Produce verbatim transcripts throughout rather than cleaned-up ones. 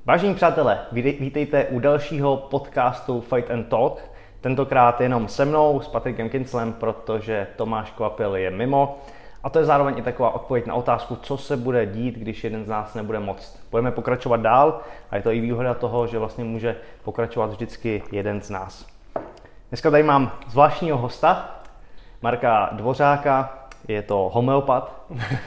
Vážení přátelé, vítejte u dalšího podcastu Fight and Talk. Tentokrát jenom se mnou, s Patrikem Kinclem, protože Tomáš Kvapil je mimo. A to je zároveň i taková odpověď na otázku, co se bude dít, když jeden z nás nebude moct. Budeme pokračovat dál a je to i výhoda toho, že vlastně může pokračovat vždycky jeden z nás. Dneska tady mám zvláštního hosta, Marka Dvořáka, je to homeopat,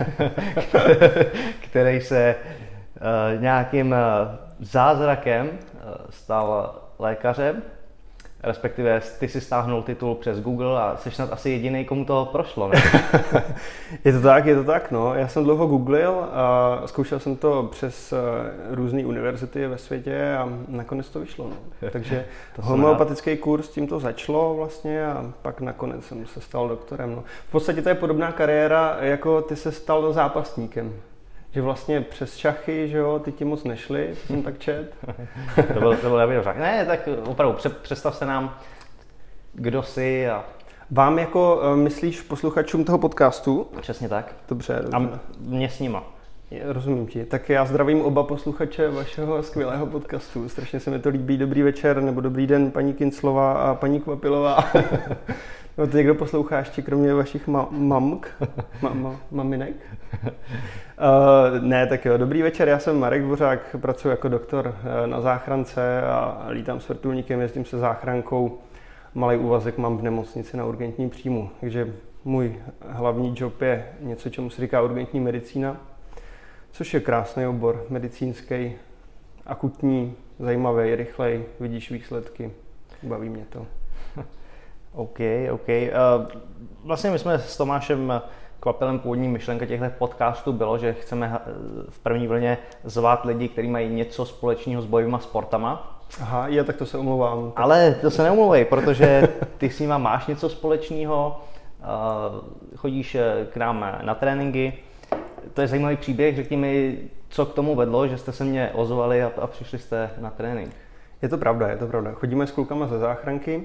který se uh, nějakým uh, zázrakem uh, stal lékařem, respektive ty si stáhnul titul přes Google a jsi snad asi jediný, komu to prošlo, ne? Je to tak, je to tak, no. Já jsem dlouho googlil a zkoušel jsem to přes různé univerzity ve světě a nakonec to vyšlo, no. Takže homeopatický kurz tím to začalo vlastně a pak nakonec jsem se stal doktorem, no. V podstatě to je podobná kariéra, jako ty se stal zápasníkem. Že vlastně přes šachy, že jo, ty ti moc nešly, co jsem tak čet. to byl, to byl David Dvořák. Ne, tak opravdu, představ se nám, kdo jsi a... Vám jako myslíš posluchačům toho podcastu? Přesně tak. Dobře, dobře. A mě s nima. Rozumím ti. Tak já zdravím oba posluchače vašeho skvělého podcastu. Strašně se mi to líbí. Dobrý večer nebo dobrý den, paní Kinclová a paní Kvapilová. No, ty někdo poslouchá ještě kromě vašich ma- mamk, ma- ma- maminek? Uh, ne, tak jo, dobrý večer, já jsem Marek Dvořák, pracuji jako doktor na záchrance a lítám s vrtulníkem, jezdím se záchrankou. Malý úvazek mám v nemocnici na urgentním příjmu, takže můj hlavní job je něco, čemu se říká urgentní medicína, což je krásný obor, medicínský, akutní, zajímavý, rychlej, vidíš výsledky, baví mě to. OK, OK. Vlastně my jsme s Tomášem Kvapilem původní myšlenka těchto podcastů bylo, že chceme v první vlně zvát lidi, kteří mají něco společného s bojovýma sportama. Aha, já tak to se omlouvám. Ale to se neomlouvej, protože ty s nima máš něco společného, chodíš k nám na tréninky. To je zajímavý příběh, řekni mi, co k tomu vedlo, že jste se mě ozvali a, a přišli jste na trénink. Je to pravda, je to pravda. Chodíme s klukama ze záchranky.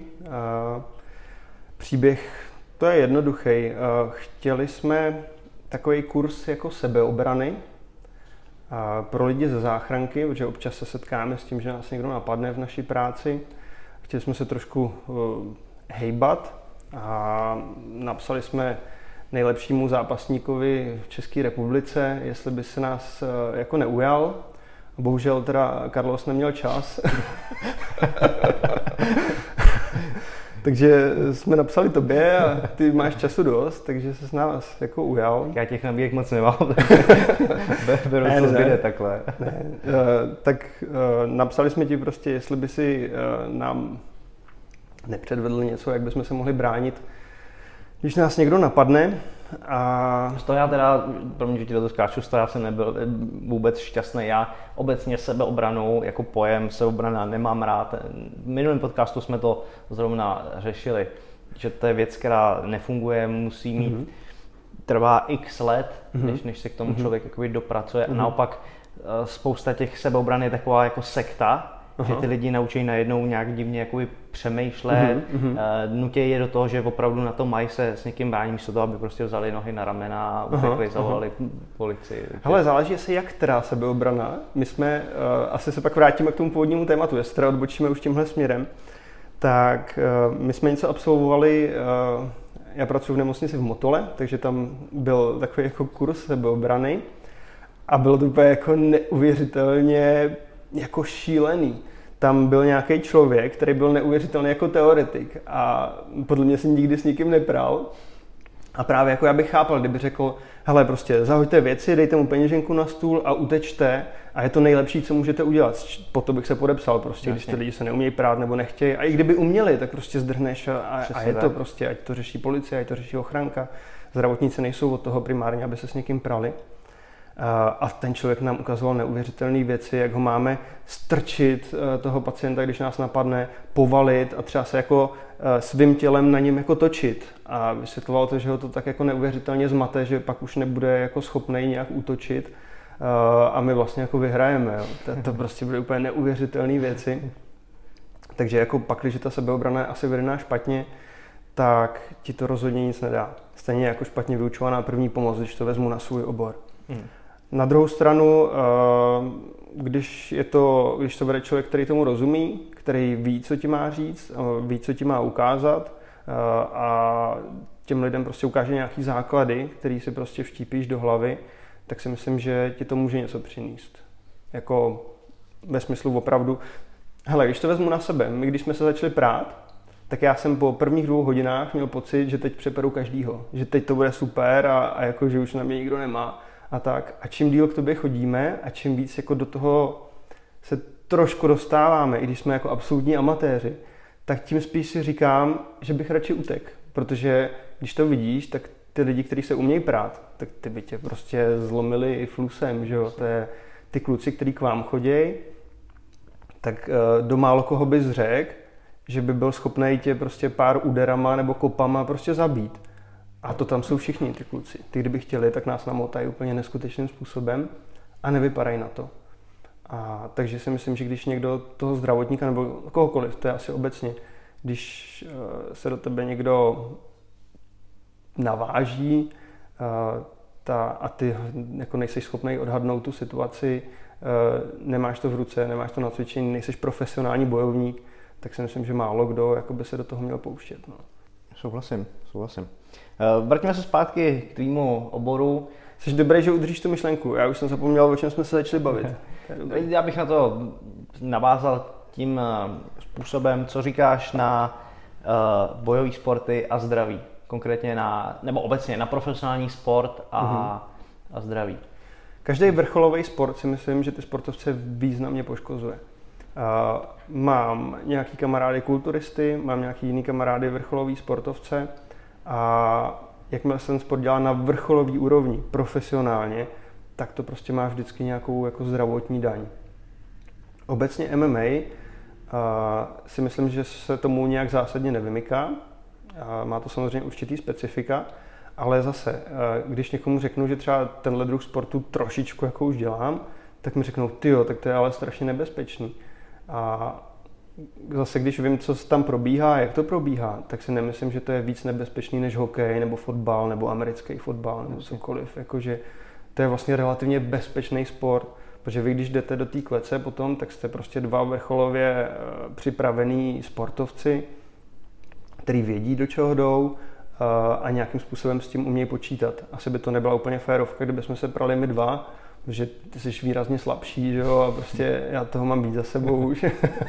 Příběh, to je jednoduchý. Chtěli jsme takový kurz jako sebeobrany pro lidi ze záchranky, protože občas se setkáme s tím, že nás někdo napadne v naší práci. Chtěli jsme se trošku hejbat a napsali jsme nejlepšímu zápasníkovi v České republice, jestli by se nás jako neujal. Bohužel teda Carlos neměl čas. Takže jsme napsali tobě a ty máš času dost, takže se s nás jako ujal. Já těch nabíjek moc nemám, beru co zbyde takhle. Ne. Tak napsali jsme ti prostě, jestli by si nám nepředvedl něco, jak bychom se mohli bránit, když nás někdo napadne. A... Z toho já teda, pro mě, že ti to skáču, z toho já jsem nebyl vůbec šťastný. Já obecně sebeobranu jako pojem sebeobrana nemám rád. V minulém podcastu jsme to zrovna řešili, že to je věc, která nefunguje, musí mít, mm-hmm. trvá x let, mm-hmm. než, než se k tomu člověk jakoby dopracuje. Mm-hmm. A naopak spousta těch sebeobran je taková jako sekta, aha. že ty lidi naučí najednou nějak divně jakoby přemýšlet, mm-hmm. nutí je do toho, že opravdu na to mají se s někým bránit, místo toho, aby prostě vzali nohy na ramena a utekli, zavolali policii. Hele, záleží asi jak která sebeobrana. My jsme, uh, asi se pak vrátíme k tomu původnímu tématu, jestli teda odbočíme už tímhle směrem, tak uh, my jsme něco absolvovali, uh, já pracuji v nemocnici v Motole, takže tam byl takový jako kurz sebeobrany a bylo to úplně jako neuvěřitelně jako šílený. Tam byl nějaký člověk, který byl neuvěřitelný jako teoretik a podle mě si nikdy s nikým nepral. A právě jako já bych chápal, kdyby řekl, hele, prostě zahoďte věci, dejte mu peněženku na stůl a utečte a je to nejlepší, co můžete udělat. Po to bych se podepsal prostě, když ty lidi se neumějí prát nebo nechtějí. A i kdyby uměli, tak prostě zdrhneš a, a je to prostě, ať to řeší policie, ať to řeší ochranka. Zdravotníci nejsou od toho primárně, aby se s někým prali. A ten člověk nám ukazoval neuvěřitelné věci, jak ho máme strčit toho pacienta, když nás napadne, povalit a třeba se jako svým tělem na něm jako točit. A vysvětloval to, že ho to tak jako neuvěřitelně zmate, že pak už nebude jako schopný nějak útočit a my vlastně jako vyhrajeme. Jo. To, to prostě byly úplně neuvěřitelné věci. Takže jako pak, když ta sebeobrana je asi vedená špatně, tak ti to rozhodně nic nedá. Stejně jako špatně vyučovaná první pomoc, když to vezmu na svůj obor. Hmm. Na druhou stranu, když je to, když to bude člověk, který tomu rozumí, který ví, co ti má říct, ví, co ti má ukázat a těm lidem prostě ukáže nějaký základy, který si prostě vštípíš do hlavy, tak si myslím, že ti to může něco přinést. Jako ve smyslu opravdu, hele, když to vezmu na sebe, my když jsme se začali prát, tak já jsem po prvních dvou hodinách měl pocit, že teď přeperu každýho, že teď to bude super a, a jako, že už na mě nikdo nemá a tak. A čím díl k tobě chodíme a čím víc jako do toho se trošku dostáváme, i když jsme jako absolutní amatéři, tak tím spíš si říkám, že bych radši utek, protože když to vidíš, tak ty lidi, kteří se umějí prát, tak ty by tě prostě zlomili i flusem, že jo, to je ty kluci, kteří k vám chodějí, tak do málo koho bys řekl, že by byl schopný tě prostě pár úderama nebo kopama prostě zabít. A to tam jsou všichni ty kluci. Ty, kdyby chtěli, tak nás namotají úplně neskutečným způsobem a nevypadají na to. A takže si myslím, že když někdo toho zdravotníka nebo kohokoliv, to je asi obecně, když se do tebe někdo naváží ta, a ty jako nejseš schopný odhadnout tu situaci, nemáš to v ruce, nemáš to na cvičení, nejseš profesionální bojovník, tak si myslím, že málo kdo jako by se do toho měl pouštět. No. Souhlasím, souhlasím. Vrátíme se zpátky k tvýmu oboru. Jsi dobrý, že udržíš tu myšlenku. Já už jsem zapomněl, o čem jsme se začali bavit. Já bych na to navázal tím způsobem, co říkáš na uh, bojové sporty a zdraví. Konkrétně na, nebo obecně na profesionální sport a, mm-hmm. a zdraví. Každý vrcholový sport si myslím, že ty sportovce významně poškozuje. Uh, mám nějaký kamarády kulturisty, mám nějaký jiný kamarády vrcholový sportovce a jakmile jsem sport dělá na vrcholový úrovni, profesionálně, tak to prostě má vždycky nějakou jako zdravotní daň. Obecně M M A uh, si myslím, že se tomu nějak zásadně nevymyká. Uh, má to samozřejmě určitý specifika, ale zase, uh, když někomu řeknu, že třeba tenhle druh sportu trošičku jako už dělám, tak mi řeknou, tyjo, tak to je ale strašně nebezpečný. A zase, když vím, co tam probíhá, jak to probíhá, tak si nemyslím, že to je víc nebezpečný než hokej, nebo fotbal, nebo americký fotbal, nebo cokoliv. Jakože to je vlastně relativně bezpečný sport, protože vy, když jdete do té klece potom, tak jste prostě dva vrcholově připravení sportovci, který vědí, do čeho jdou a nějakým způsobem s tím umějí počítat. Asi by to nebyla úplně férovka, kdybychom se prali my dva, protože ty jsi výrazně slabší, že jo, a prostě já toho mám víc za sebou už.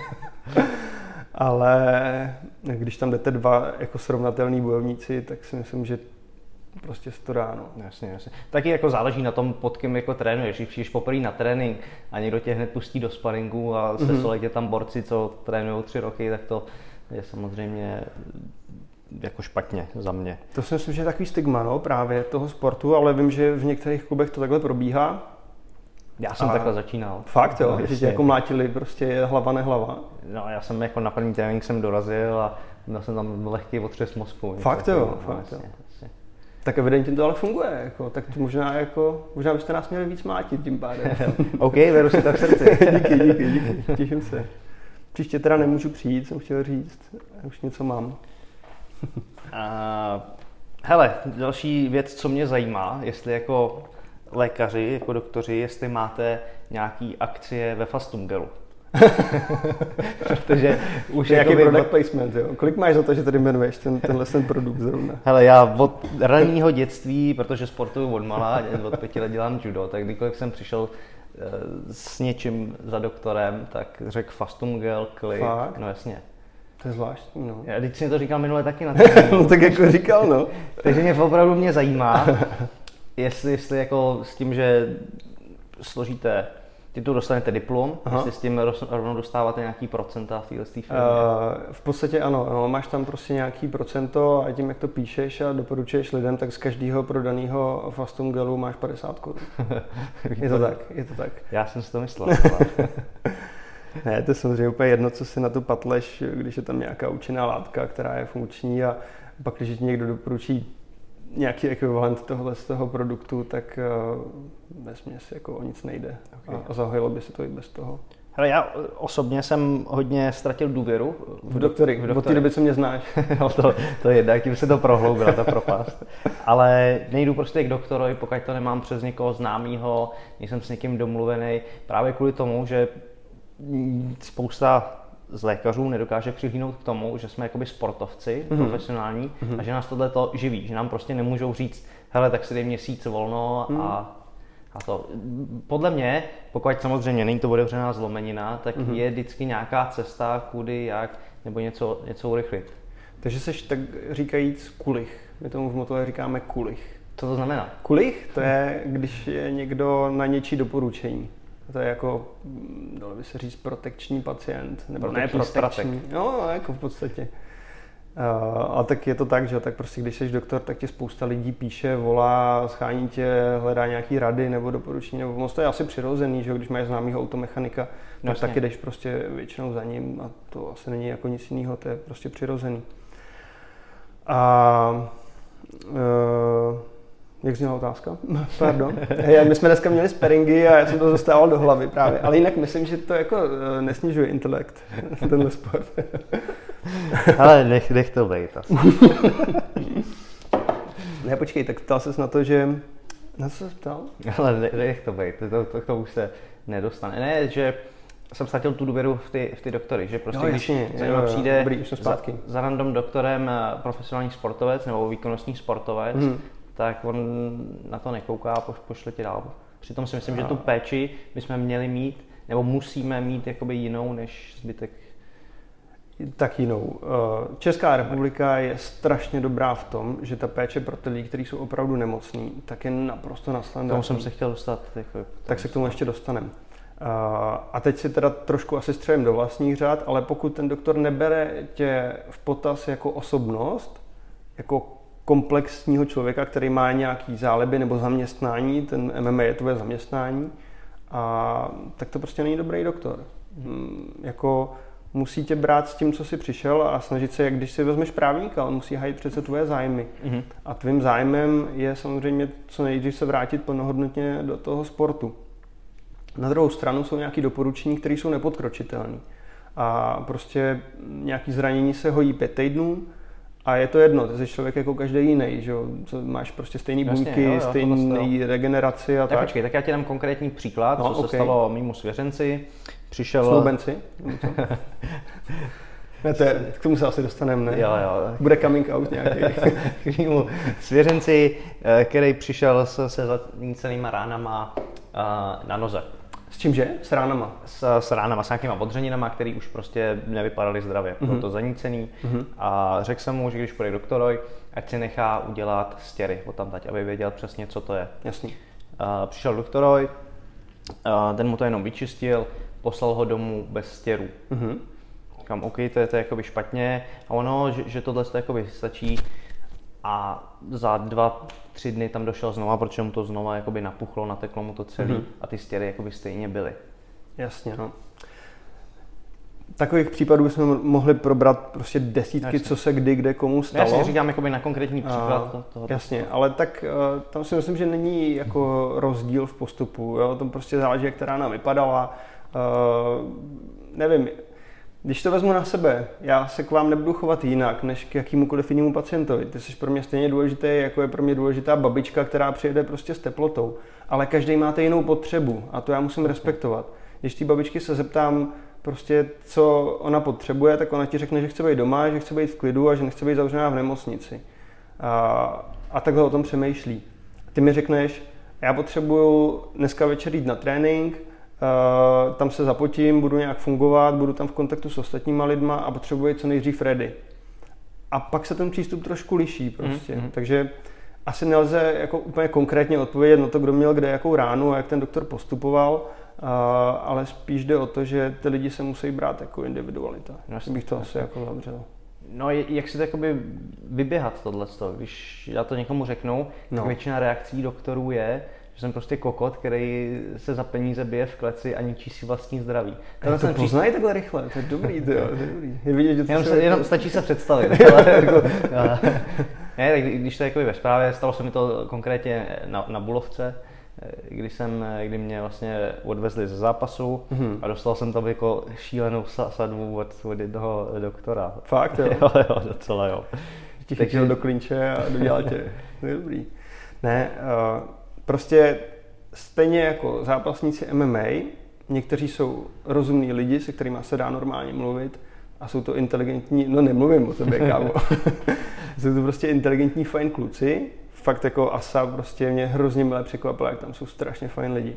Ale když tam jdete dva jako srovnatelní bojovníci, tak si myslím, že prostě se to dá, no. Jasně, jasně. Taky jako záleží na tom, pod kým jako trénuješ. Když přijdeš poprvé na trénink a někdo tě hned pustí do sparingu a sesolej tě tam borci, co trénujou tři roky, tak to je samozřejmě jako špatně za mě. To si myslím, že je takový stigma, no, právě toho sportu, ale vím, že v některých klubech to takhle probíhá. Já jsem a takhle začínal. Fakt jo, no, že tě jako mlátili prostě hlava nehlava. No, já jsem jako na první trénink jsem dorazil a měl jsem tam lehký otřes mozku. Fakt jo, no, fakt jo. Vlastně. Tak evidentně to ale funguje, jako, tak to možná jako, možná byste nás měli víc mlátit tím pádem. OK, beru si to v srdci. díky, díky, díky, těším se. Příště teda nemůžu přijít, jsem chtěl říct, už něco mám. uh, hele, další věc, co mě zajímá, jestli jako lékaři, jako doktoři, jestli máte nějaký akcie ve Fastumgelu. Protože už nějaký jakoby product placement, jo. Kolik máš za to, že tady jmenuješ ten, tenhle ten produkt zrovna? Hele, já od raného dětství, protože sportuju od malá, od pěti let dělám judo, tak kdykoliv jsem přišel s něčím za doktorem, tak řekl Fastumgel, klik, Fakt? No jasně. To je zvláštní, no. Já, teď si to říkal minule taky na no, tak jako říkal, no. Takže mě opravdu mě zajímá, jestli, jestli jako s tím, že složíte titul, dostanete diplom, Aha. jestli s tím rovnou dostáváte nějaký procenta v této firmě? Uh, v podstatě ano, no, máš tam prostě nějaký procento a tím, jak to píšeš a doporučuješ lidem, tak z každého prodaného Fastumgelu máš padesát korun. Je to tak, je to tak. Já jsem si to myslel. Ne, to je samozřejmě úplně jedno, co si na to patleš, když je tam nějaká účinná látka, která je funkční a pak, když ti někdo doporučí nějaký ekvivalent tohle z toho produktu, tak uh, vesměs jako o nic nejde. Okay. A, a zahojilo by se to i bez toho. Hele, já osobně jsem hodně ztratil důvěru v doktory. V doktory. Od té doby, co mě znáš. no to, to je jednak, tím se to prohloubila, ta propast. Ale nejdu prostě k doktorovi, pokud to nemám přes někoho známýho, nejsem s někým domluvený. Právě kvůli tomu, že spousta z lékařů nedokáže přihlídnout k tomu, že jsme jakoby sportovci, mm-hmm. profesionální, mm-hmm. a že nás tohle to živí, že nám prostě nemůžou říct, hele, tak si dej měsíc volno mm. a A to, podle mě, pokud samozřejmě není to otevřená zlomenina, tak mm-hmm. je vždycky nějaká cesta, kudy, jak, nebo něco, něco urychlit. Takže seš tak říkajíc kulich. My tomu v Motole říkáme kulich. Co to znamená? Kulich, to je, když je někdo na něčí doporučení. To je jako, dalo by se říct, protekční pacient. Nebo protekční ne protekční. No, jako v podstatě. Uh, a tak je to tak, že tak prostě když jsi doktor, tak ti spousta lidí píše, volá, schání tě, hledá nějaký rady nebo doporučení, nebo moc to je asi přirozený, že když máš známýho automechanika, no, tak taky jdeš prostě většinou za ním a to asi není jako nic jiného, to je prostě přirozený. A uh, jak zněla otázka? Pardon. My jsme dneska měli sparingy a já jsem to dostával do hlavy právě, ale jinak myslím, že to jako nesnižuje intelekt, tenhle sport. Ale nech, nech to být asi. Ne, počkej, tak ptal ses na to, že... Na co se ptal? Ale ne, nech to být, to, to, to už se nedostane. Ne, že jsem ztratil tu důvěru v ty, v ty doktory, že prostě jo, když jasně, za jo, přijde dobrý, za, za random doktorem profesionální sportovec nebo výkonnostní sportovec, hmm. tak on na to nekouká a pošle ti dál. Přitom si myslím, no. že tu péči bychom měli mít, nebo musíme mít jakoby jinou než zbytek. Tak jinou. Česká republika je strašně dobrá v tom, že ta péče pro ty lidi, kteří jsou opravdu nemocní, tak je naprosto na standardu. Tomu jsem se chtěl dostat. Jako, tak se k tomu ještě dostaneme. A teď si teda trošku asi střelím do vlastních řád, ale pokud ten doktor nebere tě v potaz jako osobnost, jako komplexního člověka, který má nějaký záliby nebo zaměstnání, ten M M A je tvoje zaměstnání, a tak to prostě není dobrý doktor. Hmm, jako musí tě brát s tím, co jsi přišel a snažit se, jak když si vezmeš právníka, on musí hajit přece tvoje zájmy. Mm-hmm. A tvým zájmem je samozřejmě co nejdřív se vrátit plnohodnotně do toho sportu. Na druhou stranu jsou nějaké doporučení, které jsou nepodkročitelné. A prostě nějaké zranění se hojí pět týdnů a je to jedno, ty jsi člověk jako každý jiný, že jo? Máš prostě stejné buňky, stejné regeneraci a tak. Tak počkej, tak já ti dám konkrétní příklad, no, co okay. se stalo mýmu svěřenci. Přišel... Snoubenci? Ne, to je, k tomu se asi dostaneme, ne? Jo, jo. Bude coming out nějaký. K mýmu svěřenci, který přišel se, se zanícenýma ránama na noze. S čímže? S ránama? S, s ránama, s nějakýma odřeninama, které už prostě nevypadaly zdravě. Mm-hmm. Bylo to zanícený mm-hmm. a řekl jsem mu, že když půjde k doktorovi, ať si nechá udělat stěry odtamtať, aby věděl přesně, co to je. Jasný. Uh, přišel doktorovi, uh, ten mu to jenom vyčistil, poslal ho domů bez stěrů. Mm-hmm. Říkám, OK, to je, to je jakoby špatně a ono, že, že tohle to jakoby stačí a za dva, tři dny tam došel znova, protože mu to znova jakoby napuchlo, nateklo mu to celý mm-hmm. a ty stěry jakoby stejně byly. Jasně, no. Takových případů jsme mohli probrat prostě desítky, jasně. co se kdy, kde, komu stalo. Jasně, říkám jakoby na konkrétní příklad a, toho. Jasně, ale tak tam si myslím, že není jako rozdíl v postupu, jo? To prostě záleží, jak ta rána vypadala. Uh, nevím, když to vezmu na sebe, já se k vám nebudu chovat jinak, než k jakýmukoliv jinému pacientovi. Ty jsi pro mě stejně důležitý, jako je pro mě důležitá babička, která přijede prostě s teplotou. Ale každý máte jinou potřebu a to já musím respektovat. Když té babičky se zeptám, prostě co ona potřebuje, tak ona ti řekne, že chce být doma, že chce být v klidu a že nechce být zavřená v nemocnici. A, a takhle o tom přemýšlí. Ty mi řekneš, já potřebuju dneska večer jít na trénink, Uh, tam se zapotím, budu nějak fungovat, budu tam v kontaktu s ostatníma lidma a potřebuji co nejdřív ready. A pak se ten přístup trošku liší prostě. Mm-hmm. Takže asi nelze jako úplně konkrétně odpovědět na to, kdo měl kde jakou ránu a jak ten doktor postupoval, uh, ale spíš jde o to, že ty lidi se musí brát jako individualita. Jasně, bych to jasně. asi jako zavřel. No, jak si to jakoby vyběhat tohleto? Když já to někomu řeknu, no. tak většina reakcí doktorů je, že jsem prostě kokot, který se za peníze bije v kleci a ničí si vlastní zdraví. To, to poznají takhle rychle, to je dobrý, to, jo, to je dobrý. Je vidět, že to jenom, se jenom stačí se představit. Ale, jako, ne, tak když to je jako ve zprávě, stalo se mi to konkrétně na, na Bulovce, když jsem, kdy mě vlastně odvezli ze zápasu mm-hmm. a dostal jsem tam jako šílenou sadbu od, od jednoho doktora. Fakt jo? jo, jo, docela jo. Ti chytil do klinče a dodělal tě. To je dobrý. Ne, uh, prostě stejně jako zápasníci M M A, někteří jsou rozumní lidi, se kterými se dá normálně mluvit a jsou to inteligentní, no nemluvím o tobě, kámo. Jsou to prostě inteligentní, fajn kluci. Fakt jako Asa prostě mě hrozně milé překvapilo, jak tam jsou strašně fajn lidi.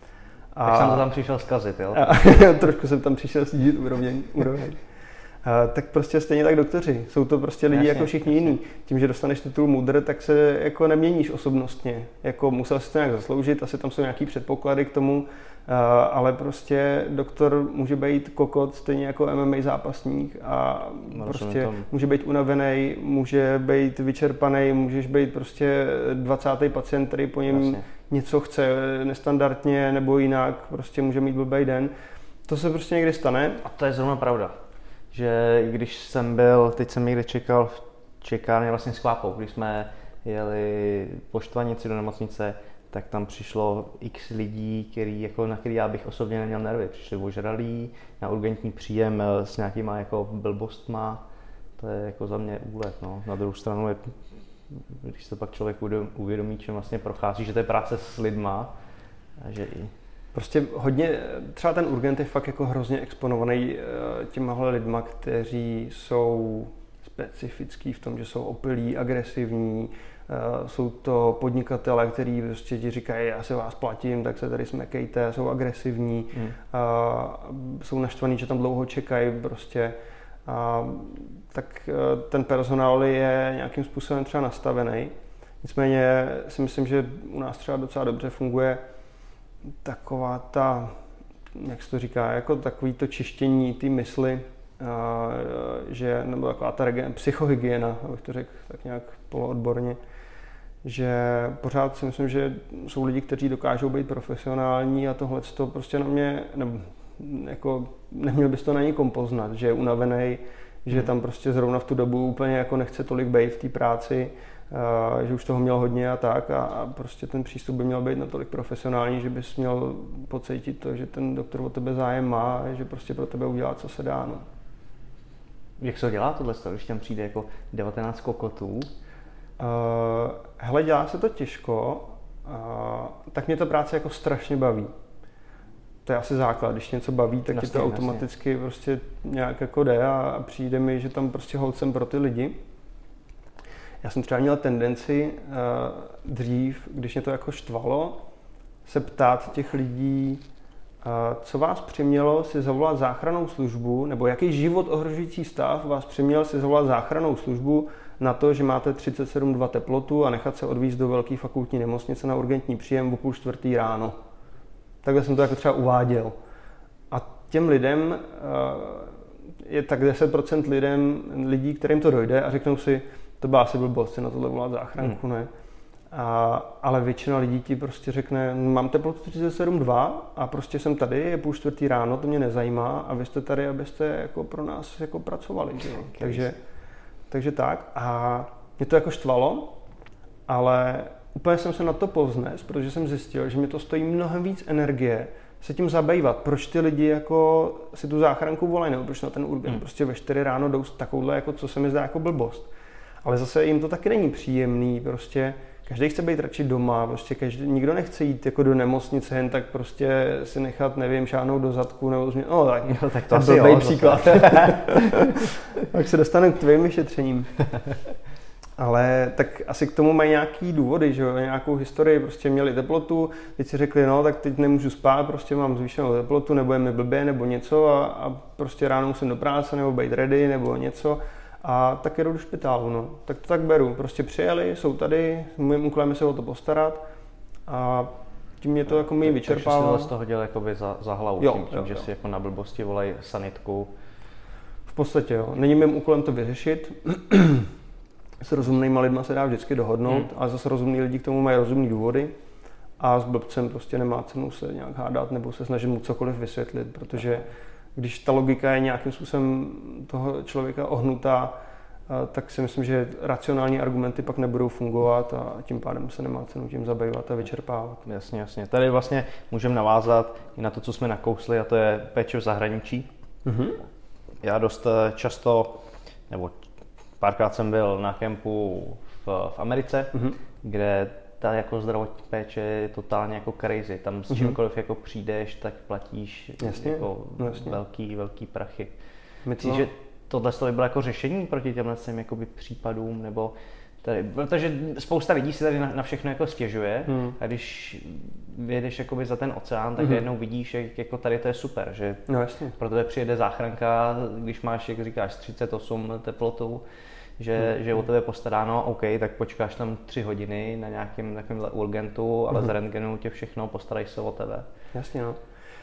A tak jsem to tam přišel zkazit, jo? A, trošku jsem tam přišel snížit úroveň. úroveň. A, tak prostě stejně tak doktoři. Jsou to prostě lidi jasně, jako všichni jasně. jiní. Tím, že dostaneš titul mudr, tak se jako neměníš osobnostně. Jako musel si to nějak zasloužit, asi tam jsou nějaký předpoklady k tomu, a, ale prostě doktor může být kokot stejně jako M M A zápasník a no, prostě může být unavený, může být vyčerpaný, můžeš být prostě dvacátý pacient, který po něm jasně. něco chce nestandardně nebo jinak, prostě může mít blbý den. To se prostě někdy stane. A to je zrovna pravda. Že když jsem byl, teď jsem někde čekal v čekárně vlastně s Kvápou, když jsme jeli po Štvanici do nemocnice, tak tam přišlo x lidí, který, jako, na který já bych osobně neměl nervy. Přišli ožralí na urgentní příjem s nějakýma jako blbostma. To je jako za mě úlet. No. Na druhou stranu, je, když se pak člověk uvědomí, čím vlastně prochází, že to je práce s lidma. A že i prostě hodně, třeba ten urgent je fakt jako hrozně exponovaný těmahle lidma, kteří jsou specifický v tom, že jsou opilí, agresivní, jsou to podnikatelé, kteří prostě ti říkají, já si vás platím, tak se tady smekejte, jsou agresivní, hmm. jsou naštvaní, že tam dlouho čekají prostě. A, tak ten personál je nějakým způsobem třeba nastavený. Nicméně si myslím, že u nás třeba docela dobře funguje taková ta, jak se to říká, jako takový to čištění té mysli, že, nebo taková ta regen, psychohygiena, abych to řekl tak nějak poloodborně, že pořád si myslím, že jsou lidi, kteří dokážou být profesionální a tohle to prostě na mě, nebo jako neměl bys to na nikom poznat, že je unavený, že tam prostě zrovna v tu dobu úplně jako nechce tolik být v té práci, že už toho měl hodně a tak a, a prostě ten přístup by měl být natolik profesionální, že bys měl pocítit to, že ten doktor o tebe zájem má a že prostě pro tebe udělá, co se dá. No. Jak se dělá tohle, když tam přijde jako devatenáct kokotů? Uh, hele, dělá se to těžko, uh, tak mě ta práce jako strašně baví. To je asi základ, když něco baví, tak jasně, je to automaticky jasně. prostě nějak jako jde a, a přijde mi, že tam prostě hold jsem pro ty lidi. Já jsem třeba měl tendenci uh, dřív, když mě to jako štvalo, se ptát těch lidí, uh, co vás přimělo si zavolat záchrannou službu, nebo jaký život ohrožující stav vás přiměl si zavolat záchrannou službu na to, že máte třicet sedm celá dva teplotu a nechat se odvízt do velké fakultní nemocnice na urgentní příjem o půl čtvrtý ráno. Takhle jsem to jako třeba uváděl. A těm lidem uh, je tak deset procent lidem, lidí, kterým to dojde a řeknou si, to byla asi blbost si na tohle volat záchranku, hmm. ne? A, ale většina lidí ti prostě řekne, mám teplotu třicet sedm celá dva a prostě jsem tady, je půl čtvrtý ráno, to mě nezajímá a vy jste tady, abyste jako pro nás jako pracovali. Okay. Takže, takže tak. A mě to jako štvalo, ale úplně jsem se na to povznes, protože jsem zjistil, že mě to stojí mnohem víc energie se tím zabývat. Proč ty lidi jako si tu záchranku volají, nebo proč na ten urgent hmm. prostě ve čtyři ráno jdou takovouhle, jako co se mi zdá jako blbost. Ale zase jim to taky není příjemný, prostě každý chce být radši doma, prostě každý, nikdo nechce jít jako do nemocnice, jen tak prostě si nechat, nevím, šáhnout do zadku nebo změnit. No tak, jo, tak to byl jo, příklad. Tak se dostaneme k tvým vyšetřením. Ale tak asi k tomu mají nějaký důvody, že jo, nějakou historii, prostě měli teplotu, teď si řekli, no tak teď nemůžu spát, prostě mám zvýšenou teplotu, nebo je mi blbě, nebo něco a, a prostě ráno musím do práce, nebo být ready, nebo něco. A tak jedu do špitálu, no. Tak to tak beru. Prostě přijeli, jsou tady, mým úkolem je se o to postarat a tím mě to jako mi vyčerpává. Takže si z toho dělal jakoby za, za hlavu, jo, tím, tím jo, že jo. si jako na blbosti volají sanitku. V podstatě jo. Není mým úkolem to vyřešit. S rozumnýma lidma se dá vždycky dohodnout, hmm. ale zase rozumní lidi k tomu mají rozumný důvody a s blbcem prostě nemá cenu se nějak hádat nebo se snažit mu cokoliv vysvětlit, protože když ta logika je nějakým způsobem toho člověka ohnutá, tak si myslím, že racionální argumenty pak nebudou fungovat a tím pádem se nemá cenu tím zabývat a vyčerpávat. Jasně, jasně. Tady vlastně můžeme navázat i na to, co jsme nakousli, a to je péče v zahraničí. Mm-hmm. Já dost často, nebo párkrát jsem byl na kempu v, v Americe, mm-hmm. kde ta jako zdravotní péče je totálně jako crazy. Tam s čímkoliv mm-hmm. jako přijdeš, tak platíš jasně, jako no jasně. velký, velký prachy. Myslíš, no. že tohle by bylo jako řešení proti těmhle jakoby případům, nebo tady, protože spousta lidí si tady na, na všechno jako stěžuje hmm. a když vyjedeš jakoby za ten oceán, tak hmm. jednou vidíš, jak jako tady to je super, že no, jasně. pro tebe přijede záchranka, když máš, jak říkáš, třicet osm teplotu, že, hmm. že o tebe postaráno, OK, tak počkáš tam tři hodiny na nějakém takovémhle urgentu, ale hmm. zarentgenují tě všechno, postarají se o tebe. Jasně, no.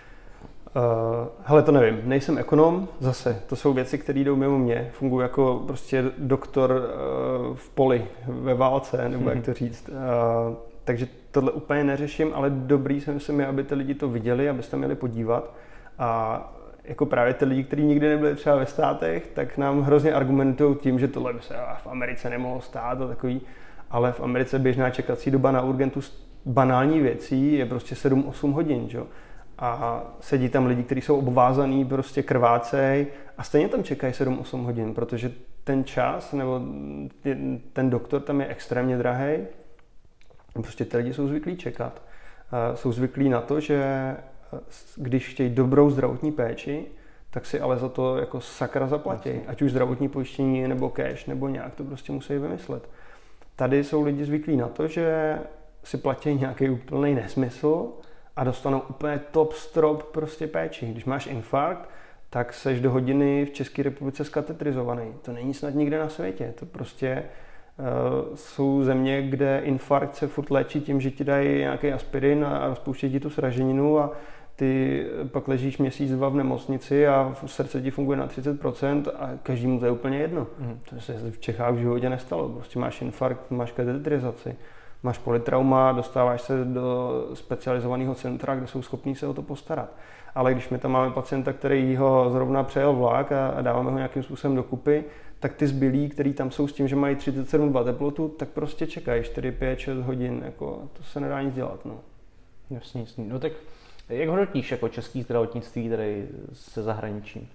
Uh, hele, to nevím, nejsem ekonom, zase, to jsou věci, které jdou mimo mě, funguji jako prostě doktor uh, v poli, ve válce, nebo jak to říct, uh, takže tohle úplně neřeším, ale dobrý si myslím je, aby ty lidi to viděli, aby se tam měli podívat a jako právě ty lidi, kteří nikdy nebyli třeba ve státech, tak nám hrozně argumentují tím, že tohle by se v Americe nemohlo stát a takový, ale v Americe běžná čekací doba na urgentu banální věcí je prostě sedm osm hodin, jo. A sedí tam lidi, kteří jsou obvázaný, prostě krvácej a stejně tam čekají sedm osm hodin, protože ten čas nebo ten doktor tam je extrémně drahý. Prostě ty lidi jsou zvyklí čekat. Jsou zvyklí na to, že když chtějí dobrou zdravotní péči, tak si ale za to jako sakra zaplatí. Ať už zdravotní pojištění nebo cash nebo nějak to prostě musí vymyslet. Tady jsou lidi zvyklí na to, že si platí nějaký úplný nesmysl a dostanou úplně top strop prostě péči. Když máš infarkt, tak seš do hodiny v České republice skatetrizovaný. To není snad nikde na světě. To prostě uh, jsou země, kde infarkt se furt léčí tím, že ti dají nějaký aspirin a rozpouští ti tu sraženinu a ty pak ležíš měsíc, dva v nemocnici a v srdce ti funguje na třicet procent a každému to je úplně jedno. Mm. To se v Čechách v životě nestalo. Prostě máš infarkt, máš katetrizaci. Máš polytrauma, dostáváš se do specializovaného centra, kde jsou schopní se o to postarat. Ale když my tam máme pacienta, který ho zrovna přejel vlak a dáváme ho nějakým způsobem dokupy, tak ty zbylí, který tam jsou s tím, že mají třicet sedm dva teplotu, tak prostě čekají čtyři, pět, šest hodin. Jako, to se nedá nic dělat. No. Jasně, jasně. No tak jak hodnotíš jako český zdravotnictví tady se zahraničím?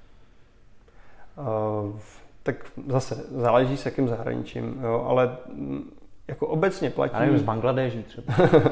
Uh, tak zase záleží s jakým zahraničím, jo, ale jako obecně platí... Já nevím, z Bangladeží třeba.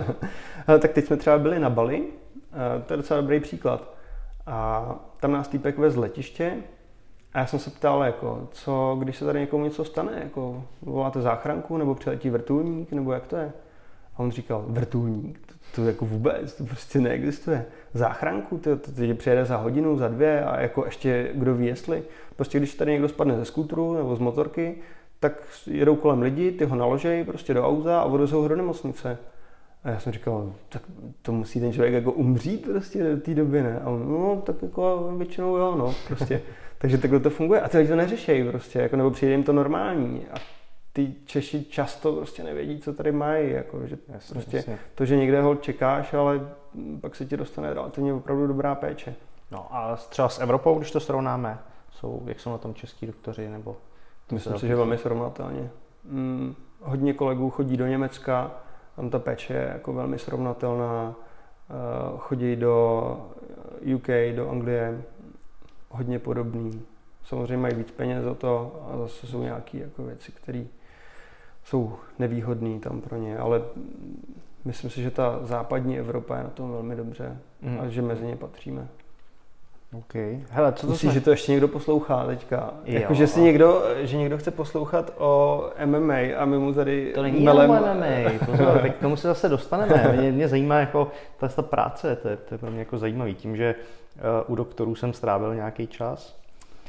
Tak teď jsme třeba byli na Bali, to je docela dobrý příklad. A tam nás týpek vez z letiště a já jsem se ptal, jako, co, když se tady někomu něco stane, jako, voláte záchranku nebo přiletí vrtulník, nebo jak to je? A on říkal, vrtulník, to, to jako vůbec, to prostě neexistuje. Záchranku, to, to, to přijede za hodinu, za dvě a jako ještě kdo ví jestli. Prostě když tady někdo spadne ze skútru nebo z motorky, tak jedou kolem lidi, ty ho naložejí prostě do auta a odvezou ho do nemocnice. A já jsem říkal, tak to musí ten člověk jako umřít prostě v té době, ne? A on, no, tak jako většinou jo, no, prostě. Takže takhle to funguje. A ty lidi to neřešejí prostě, jako, nebo přijde jim to normální. A ty Češi často prostě nevědí, co tady mají, jako, že jasně, prostě jasně. To, že někde ho čekáš, ale pak se ti dostane relativně opravdu dobrá péče. No a třeba s Evropou, když to srovnáme, jsou, jak jsou na tom český doktoři, nebo... Myslím si, že velmi srovnatelně. Hmm, hodně kolegů chodí do Německa, tam ta péče je jako velmi srovnatelná, uh, chodí do U K, do Anglie, hodně podobný. Samozřejmě mají víc peněz za to a zase jsou nějaké jako věci, které jsou nevýhodné tam pro ně, ale myslím si, že ta západní Evropa je na tom velmi dobře mm. a že mezi ně patříme. Okay. Hele, co to Myslíš, jsme... že to ještě někdo poslouchá teďka? Jako, že, si někdo, že někdo chce poslouchat o M M A a my mu tady to není melem... M M A, pozor, tak k tomu se zase dostaneme. Mě, mě zajímá jako ta, ta práce, to je, to je pro mě jako zajímavý. Tím, že uh, u doktorů jsem strávil nějaký čas,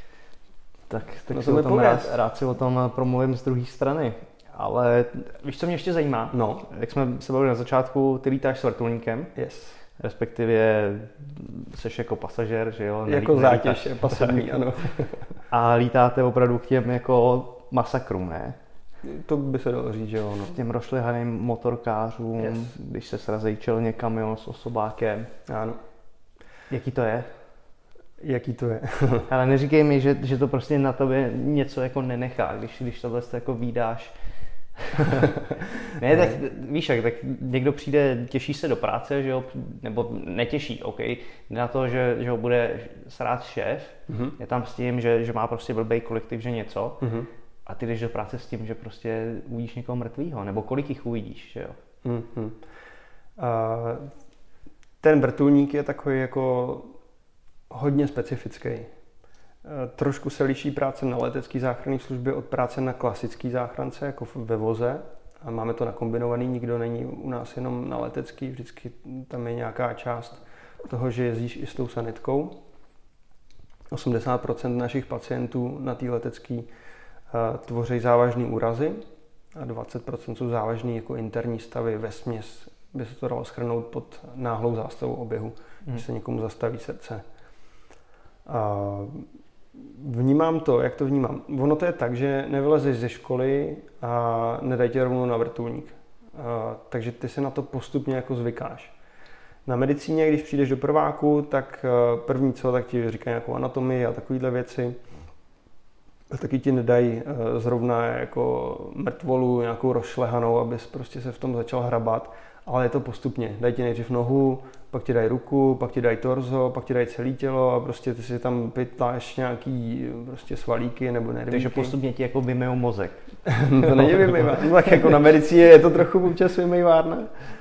tak, tak no si o tom rád, rád si o tom promluvím z druhé strany. Ale víš, co mě ještě zajímá? No. Jak jsme se bavili na začátku, ty lítáš s vrtulníkem. Yes. Respektive seš jako pasažér, že jo? Jako Nelí, zátěž je pasivní, ano. A lítáte opravdu k těm jako masakrům, ne? To by se dalo říct, že jo. No. K těm rošlihaným motorkářům, yes. Když se srazí čelně kamion s osobákem. Ano. Jaký to je? Jaký to je? Ale neříkej mi, že, že to prostě na tobě něco jako nenechá, když, když tohle jako vídáš. Ne, tak víš jak, tak někdo přijde, těší se do práce, že jo, nebo netěší, OK, na to, že, že ho bude srát šéf, mm-hmm. je tam s tím, že, že má prostě blbej kolektiv, že něco, mm-hmm. a ty jdeš do práce s tím, že prostě uvidíš někoho mrtvýho, nebo kolik jich uvidíš, že jo. Mm-hmm. A ten vrtulník je takový jako hodně specifický. Trošku se liší práce na letecké záchranné službě od práce na klasické záchrance, jako ve voze. A máme to nakombinovaný, nikdo není u nás jenom na letecký, vždycky tam je nějaká část toho, že jezdíš i s tou sanitkou. osmdesát procent našich pacientů na té letecké tvoří závažné úrazy a dvacet procent jsou závažné jako interní stavy. Vesměs by se to dalo shrnout pod náhlou zástavou oběhu, hmm. když se někomu zastaví srdce. A vnímám to, jak to vnímám. Ono to je tak, že nevylezeš ze školy a nedají tě rovnou na vrtulník. A, takže ty se na to postupně jako zvykáš. Na medicíně, když přijdeš do prváku, tak první co, tak ti říkají nějakou anatomii a takovéhle věci. A taky ti nedají zrovna jako mrtvolu, nějakou rozšlehanou, abys prostě se v tom začal hrabat. Ale je to postupně. Dají ti nejdřív nohu, pak ti dají ruku, pak ti dají torzo, pak ti dají celé tělo a prostě ty si tam pytláš nějaký prostě svalíky nebo nervíky. Takže postupně ti jako vymejou mozek. To není vymejvárna. Tak jako na medicíně je to trochu občas vymejvárna.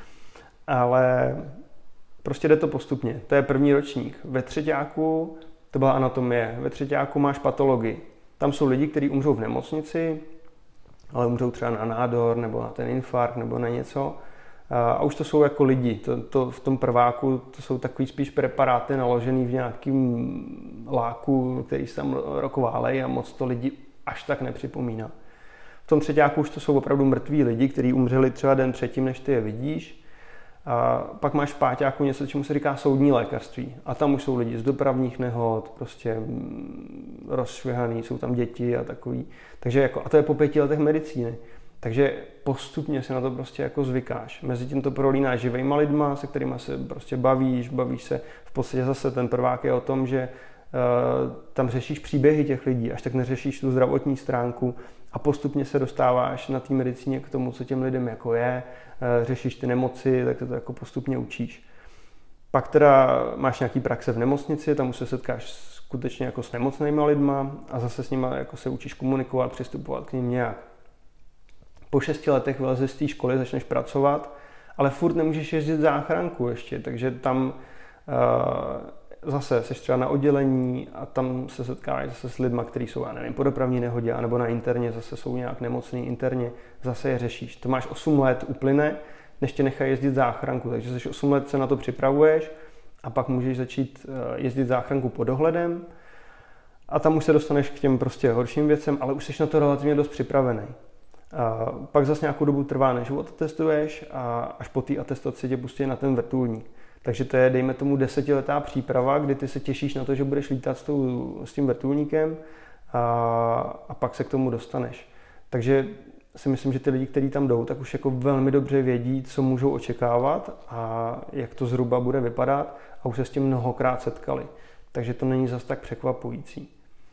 Ale prostě jde to postupně. To je první ročník. Ve třeťáku to byla anatomie. Ve třeťáku máš patologii. Tam jsou lidi, kteří umřou v nemocnici, ale umřou třeba na nádor nebo na ten infarkt nebo na něco. A už to jsou jako lidi, to, to v tom prváku to jsou takový spíš preparáty naložený v nějakým láku, který se tam rokoválej a moc to lidi až tak nepřipomíná. V tom třeťáku už to jsou opravdu mrtví lidi, kteří umřeli třeba den předtím, než ty je vidíš. A pak máš v páťáku něco, čemu se říká soudní lékařství. A tam už jsou lidi z dopravních nehod, prostě rozšvihaný, jsou tam děti a takový. Takže jako, a to je po pěti letech medicíny. Takže postupně se na to prostě jako zvykáš. Mezitím to prolínáš živejma lidma, se kterými se prostě bavíš, bavíš se. V podstatě zase ten prvák je o tom, že uh, tam řešíš příběhy těch lidí, až tak neřešíš tu zdravotní stránku a postupně se dostáváš na té medicíně k tomu, co těm lidem jako je, uh, řešíš ty nemoci, tak to jako postupně učíš. Pak teda máš nějaký praxe v nemocnici, tam už se setkáš skutečně jako s nemocnýma lidma a zase s nimi jako se učíš komunikovat, přistupovat k nim nějak. Po šesti letech vylezeš z té školy, začneš pracovat, ale furt nemůžeš jezdit záchranku ještě, takže tam uh, zase seš třeba na oddělení a tam se setkáš zase s lidma, kteří jsou, já nevím, po dopravní nehodě, anebo na interně, zase jsou nějak nemocný interně, zase je řešíš. To máš osm let, uplyne, než tě nechají jezdit záchranku, takže seš osm let se na to připravuješ a pak můžeš začít uh, jezdit záchranku pod dohledem a tam už se dostaneš k těm prostě horším věcem, ale už seš na to relativně dost připravený. A pak zase nějakou dobu trvá, než ho atestuješ a až po té atestaci tě pustí na ten vrtulník. Takže to je, dejme tomu, desetiletá příprava, kdy ty se těšíš na to, že budeš lítat s, tou, s tím vrtulníkem a, a pak se k tomu dostaneš. Takže si myslím, že ty lidi, kteří tam jdou, tak už jako velmi dobře vědí, co můžou očekávat a jak to zhruba bude vypadat a už se s tím mnohokrát setkali. Takže to není zas tak překvapující.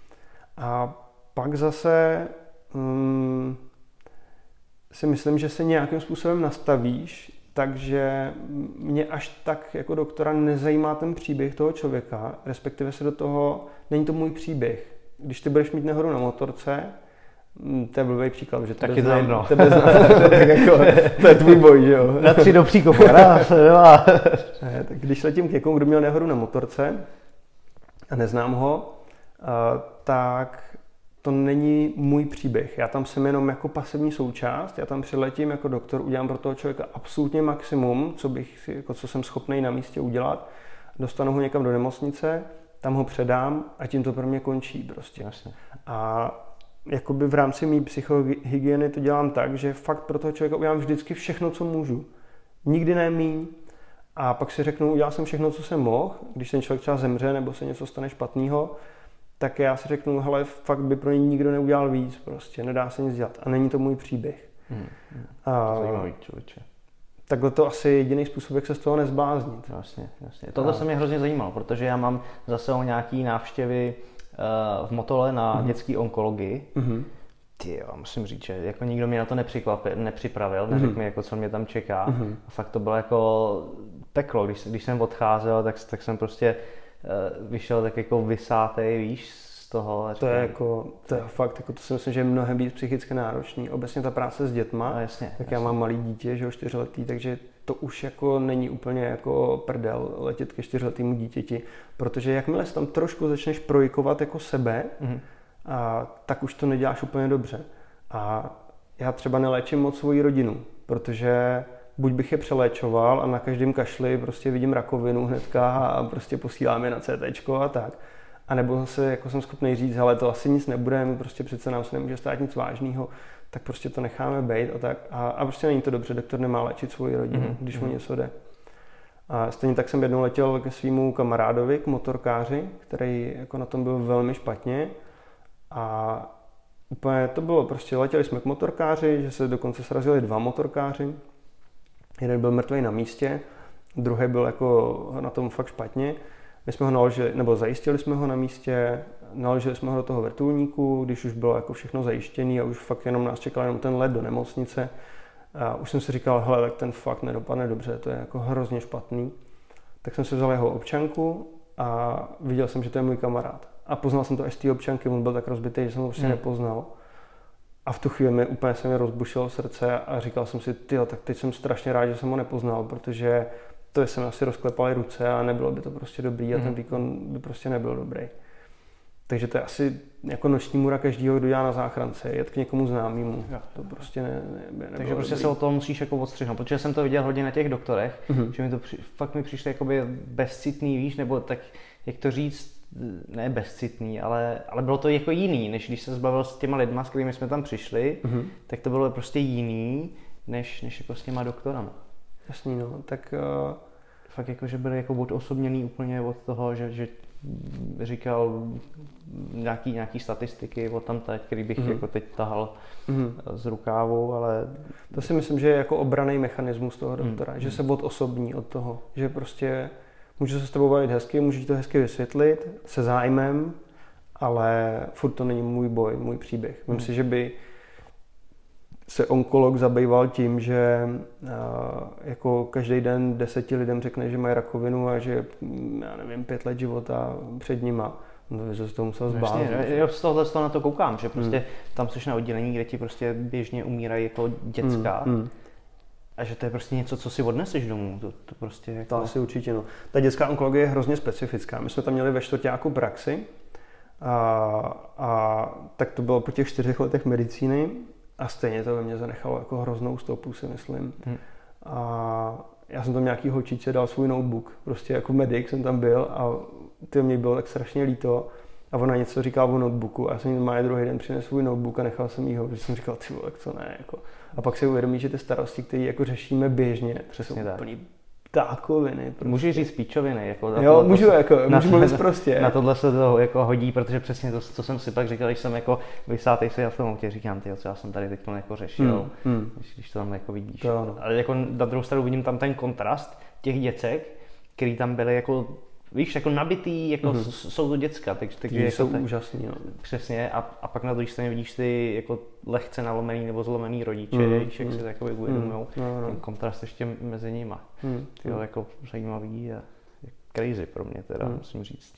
A pak zase Hmm, si myslím, že se nějakým způsobem nastavíš, takže mě až tak jako doktora nezajímá ten příběh toho člověka, respektive se do toho, není to můj příběh. Když ty budeš mít nehodu na motorce, to je blbý příklad, že tebe znám, tebe znám, tak jako, to je tvůj boj, že jo. Na tři do příkopu, raz, dva. Ne, tak když letím k někomu, kdo měl nehodu na motorce a neznám ho, tak to není můj příběh. Já tam jsem jenom jako pasivní součást, já tam přiletím jako doktor, udělám pro toho člověka absolutně maximum, co, bych, jako co jsem schopný na místě udělat. Dostanu ho někam do nemocnice, tam ho předám a tím to pro mě končí prostě. Jasně. A jakoby v rámci mý psychohygieny to dělám tak, že fakt pro toho člověka udělám vždycky všechno, co můžu. Nikdy ne míň. A pak si řeknu, udělal jsem všechno, co jsem mohl, když ten člověk třeba zemře nebo se něco stane špatného, tak já si řeknu, hele, fakt by pro něj nikdo neudělal víc, prostě, nedá se nic dělat. A není to můj příběh. Hmm, hmm. A, zajímavý člověče. takhle to asi je jediný způsob, jak se z toho nezbláznit. Jasně, jasně. Tohle se mě hrozně zajímalo, protože já mám zase o nějaký návštěvy uh, v Motole na mm-hmm. dětské onkologii. Mm-hmm. Ty jo, musím říct, že jako nikdo mě na to nepřipravil, neřekl mm-hmm. mi, jako, co mě tam čeká. Mm-hmm. A fakt to bylo jako peklo, když, když jsem odcházel, tak, tak jsem prostě uh, vyšel tak jako vysátej, víš, z toho. To je jako, to je fakt, jako to si myslím, že je mnohem víc psychicky náročný. Obecně ta práce s dětma, no, jasně, tak jasně. Já mám malý dítě, že jo, čtyřletý, takže to už jako není úplně jako prdel letět ke čtyřletýmu dítěti, protože jakmile se tam trošku začneš projikovat jako sebe, mm-hmm. a tak už to neděláš úplně dobře. A já třeba neléčím moc svoji rodinu, protože buď bych je přeléčoval a na každém kašli prostě vidím rakovinu hnedka a prostě posílám je na cé téčko a tak. A nebo zase jako jsem schopný říct, hele, to asi nic nebude, my prostě přece nám se nemůže stát nic vážného, tak prostě to necháme bejt a tak. A, a prostě není to dobře, doktor nemá léčit svoji rodinu, mm-hmm. když mu něco jde. A stejně tak jsem jednou letěl ke svému kamarádovi, k motorkáři, který jako na tom byl velmi špatně. A úplně to bylo prostě, letěli jsme k motorkáři, že se dokonce srazili dva motorkáři. Jeden byl mrtvý na místě, druhý byl jako na tom fakt špatně. My jsme ho naložili, nebo zajistili jsme ho na místě, naložili jsme ho do toho vrtulníku, když už bylo jako všechno zajištěné a už fakt jenom nás čekal jenom ten let do nemocnice. A už jsem si říkal, hele, tak ten fakt nedopadne dobře, to je jako hrozně špatný. Tak jsem si vzal jeho občanku a viděl jsem, že to je můj kamarád. A poznal jsem to až z té občanky, on byl tak rozbitý, že jsem ho prostě hmm. nepoznal. A v tu chvíli mi úplně se mi rozbušilo srdce a říkal jsem si, tyjo, tak teď jsem strašně rád, že jsem ho nepoznal, protože to jsem asi rozklepali ruce a nebylo by to prostě dobrý a ten výkon by prostě nebyl dobrý. Takže to je asi jako noční můra každýho, kdo dělá na záchrance, jet k někomu známému. To prostě ne, ne, Takže prostě dobrý. Se o toho musíš jako odstřihnout, protože jsem to viděl hodně na těch doktorech, mm-hmm. že mi to při, fakt mi přišlo jakoby bezcitný, víš, nebo tak, jak to říct, ne bezcitný, ale, ale bylo to jako jiný, než když se zbavil s těma lidma, s kterými jsme tam přišli, mm-hmm. tak to bylo prostě jiný, než, než jako s těma doktorama. Jasný, no, tak uh... fakt jako, že byli jako odosobněný úplně od toho, že, že říkal nějaký, nějaký statistiky o tam teď, který bych mm-hmm. jako teď tahal mm-hmm. z rukávu, ale... To si myslím, že je jako obranný mechanismus toho doktora, mm-hmm. že se odosobní od toho, že prostě můžu se s tebou bavit hezky, můžu ti to hezky vysvětlit, se zájmem, ale furt to není můj boj, můj příběh. Myslím mm-hmm. si, že by se onkolog zabýval tím, že uh, jako každý den deseti lidem řekne, že mají rakovinu a že, já nevím, pět let života před nima. No, že se to musel zbáznit. Já z tohohle z toho na to koukám, že prostě hmm. tam jsi na oddělení, kde ti prostě běžně umírají jako děcka. Hmm. Hmm. A že to je prostě něco, co si odneseš domů. To, to prostě jako... To asi určitě, no. Ta dětská onkologie je hrozně specifická. My jsme tam měli ve čtvrťáku praxi a, a tak to bylo po těch čtyřech letech medicíny. A stejně to ve mně zanechalo jako hroznou stopu, si myslím. Hmm. A já jsem tam nějaký holčičce dal svůj notebook. Prostě jako medic jsem tam byl a to mě bylo tak strašně líto. A ona něco říkala o notebooku a já jsem jí normálně druhý den přinesl svůj notebook a nechal jsem jí ho, protože jsem říkal, ty vole, to ne. Jako. A pak si uvědomí, že ty starosti, které jako řešíme běžně, jsou úplný ptákoviny. Prostě. Můžu říct píčoviny. Jako jo, tohle, můžu, to, jako, můžu mluvit prostě. Na tohle se to jako hodí, protože přesně to, co jsem si pak říkal, když jsem jako vysátej se v tom autě, říkám, tyjo, co já jsem tady teď jako řešil, hmm, hmm. Když, když to tam jako vidíš. To, no. Ale jako na druhou stranu vidím tam ten kontrast těch děcek, který tam byly jako, víš, jako nabitý, jako mm-hmm. jsou to děcka, takže, takže jako jsou tak, úžasný, no. Přesně, a, a pak na druhé straně vidíš ty jako lehce nalomený nebo zlomený rodiče, mm, víš, jak mm, si takový uvědomujou, mm, no, no. ten kontrast ještě mezi nima. Mm, tyjo, mm. jako zajímavý a crazy pro mě teda, mm. musím říct.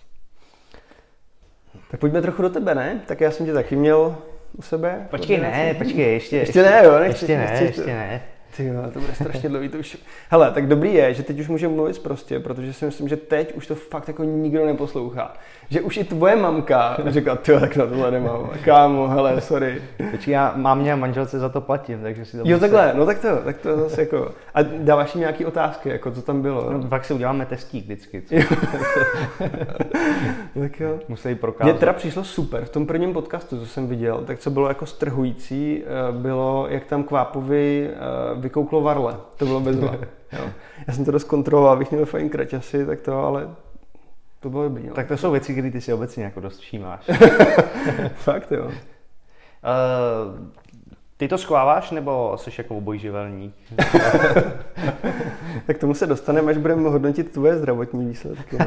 Tak pojďme trochu do tebe, ne? Tak já jsem tě taky měl u sebe. Počkej, ne, počkej, ještě, ještě, ještě ne, jo, nechci, ještě ne, nechci, ještě ne. Ty jo, to bude strašně dlouhý, to už... Hele, tak dobrý je, že teď už můžeme mluvit prostě, protože si myslím, že teď už to fakt jako nikdo neposlouchá. Že už i tvoje mamka řekla, ty tak na tohle nemám, kámo, hele, sorry. Počkej, já mámě a manželce za to platím, takže si to... Jo, takhle, no tak to, tak to zase jako... A dáváš jim nějaký otázky, jako co tam bylo? No, pak si uděláme testík vždycky. Tak jo. Musí prokázat. Mně teda přišlo super, v tom prvním podcastu, co jsem viděl, tak co bylo jako strhující, bylo, jak tam Kvápovi vykouklo varle. To bylo bezva. Jo. Já jsem to dost kontroloval, abych měl fajn kraťasy, tak to, ale to bylo dobrý. No. Tak to jsou věci, které ty si obecně jako dost všímáš. Fakt jo. Uh, Ty to schováváš, nebo jsi jako obojživelník? Tak tomu se dostaneme, až budeme hodnotit tvoje zdravotní výsledky.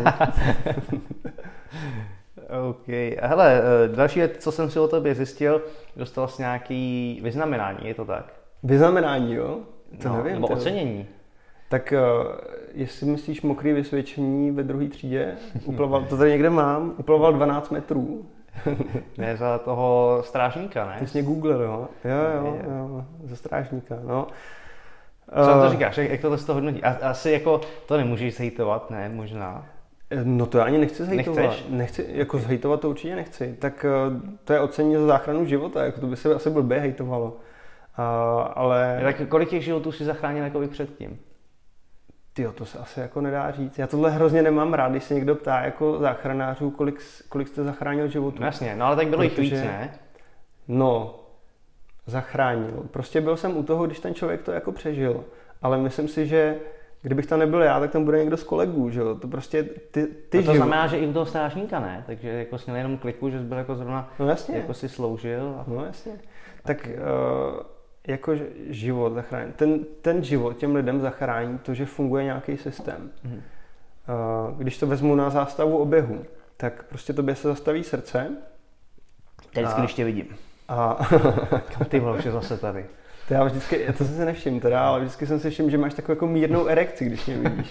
OK. Hele, další věc, co jsem si o tobě zjistil, dostal jsi nějaký vyznamenání, je to tak? Vyznamenání, jo? To no, nevím. Nebo to... ocenění. Tak jestli myslíš mokrý vysvědčení ve druhé třídě, uplaval, to tady někde mám, uplavoval dvanáct metrů. Ne, za toho strážníka, ne? Ty jsi mě googlil, jo? Jo, jo, jo, za strážníka, no. Co na to říkáš, jak tohle z toho hodnotí? Asi jako to nemůžeš zhejtovat, ne, možná. No to já ani nechci zhejtovat. Nechceš? Nechci, jako zhejtovat to určitě nechci. Tak to je ocenění za záchranu života, jako to by se asi blbě hejtovalo. A, ale... Tak kolik těch životů si zachránil jako předtím? Tyjo, to se asi jako nedá říct. Já tohle hrozně nemám rád, když se někdo ptá jako záchranářů, kolik, kolik jste zachránil životů. No jasně, no ale tak bylo jich víc, ne? No, zachránil. Prostě byl jsem u toho, když ten člověk to jako přežil. Ale myslím si, že kdybych tam nebyl já, tak tam bude někdo z kolegů, že jo? To prostě ty, ty no to život... znamená, že i u toho strážníka ne, takže jako jsi měl jenom kliku, že jsi byl jako zrovna, no jasně. jako si sloužil. A... No jasně. Tak uh, jako život zachrání. Ten, ten život těm lidem zachrání to, že funguje nějaký systém. Mm. Uh, když to vezmu na zástavu oběhu, tak prostě tobě se zastaví srdce. Teď a... když tě vidím. A... Kam ty vole, už je zase tady. To já vždycky, já to jsem se nevšiml teda, ale vždycky jsem si všiml, že máš takovou jako mírnou erekci, když mě vidíš.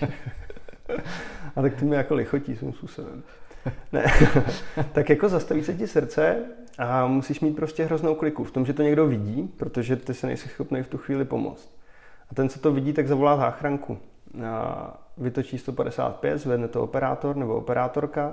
A tak to mi jako lichotí svým způsobem. Ne. Tak jako zastaví se ti srdce a musíš mít prostě hroznou kliku v tom, že to někdo vidí, protože ty se nejsi schopný v tu chvíli pomoct. A ten, co to vidí, tak zavolá záchranku. A vytočí sto padesát pět, zvedne to operátor nebo operátorka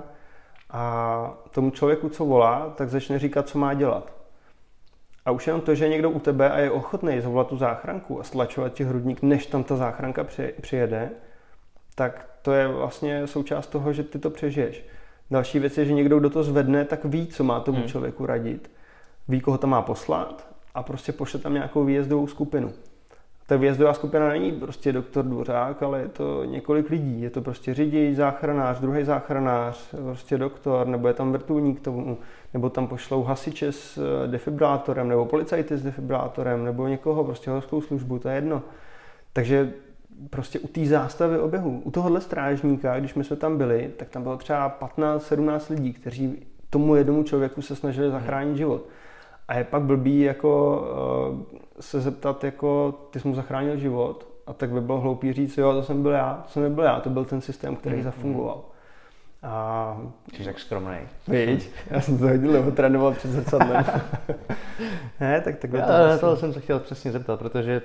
a tomu člověku, co volá, tak začne říkat, co má dělat. A už jenom to, že je někdo u tebe a je ochotný zavolat tu záchranku a stlačovat ti hrudník, než tam ta záchranka přijede, tak to je vlastně součást toho, že ty to přežiješ. Další věc je, že někdo, kdo to zvedne, tak ví, co má tomu hmm. člověku radit. Ví, koho tam má poslat a prostě pošle tam nějakou výjezdovou skupinu. Ta výjezdová skupina není prostě doktor Dvořák, ale je to několik lidí. Je to prostě řidič, záchranář, druhý záchranář, prostě doktor, nebo je tam vrtulník tomu, nebo tam pošlou hasiče s defibrilátorem, nebo policajty s defibrilátorem, nebo někoho, prostě horskou službu, to je jedno. Takže prostě u té zástavy oběhu, u tohohle strážníka, když my jsme tam byli, tak tam bylo třeba patnáct sedmnáct lidí, kteří tomu jednomu člověku se snažili zachránit život. A je pak blbý jako uh, se zeptat, jako ty jsi mu zachránil život, a tak by bylo hloupý říct, jo, to jsem byl já, to jsem nebyl já, to byl ten systém, který mm, zafungoval. A... Jsi tak skromnej. Víš, já jsem to hodil, nebo trénoval před zrcadlem. Ne, tak takhle to já, to jsem se chtěl přesně zeptat, protože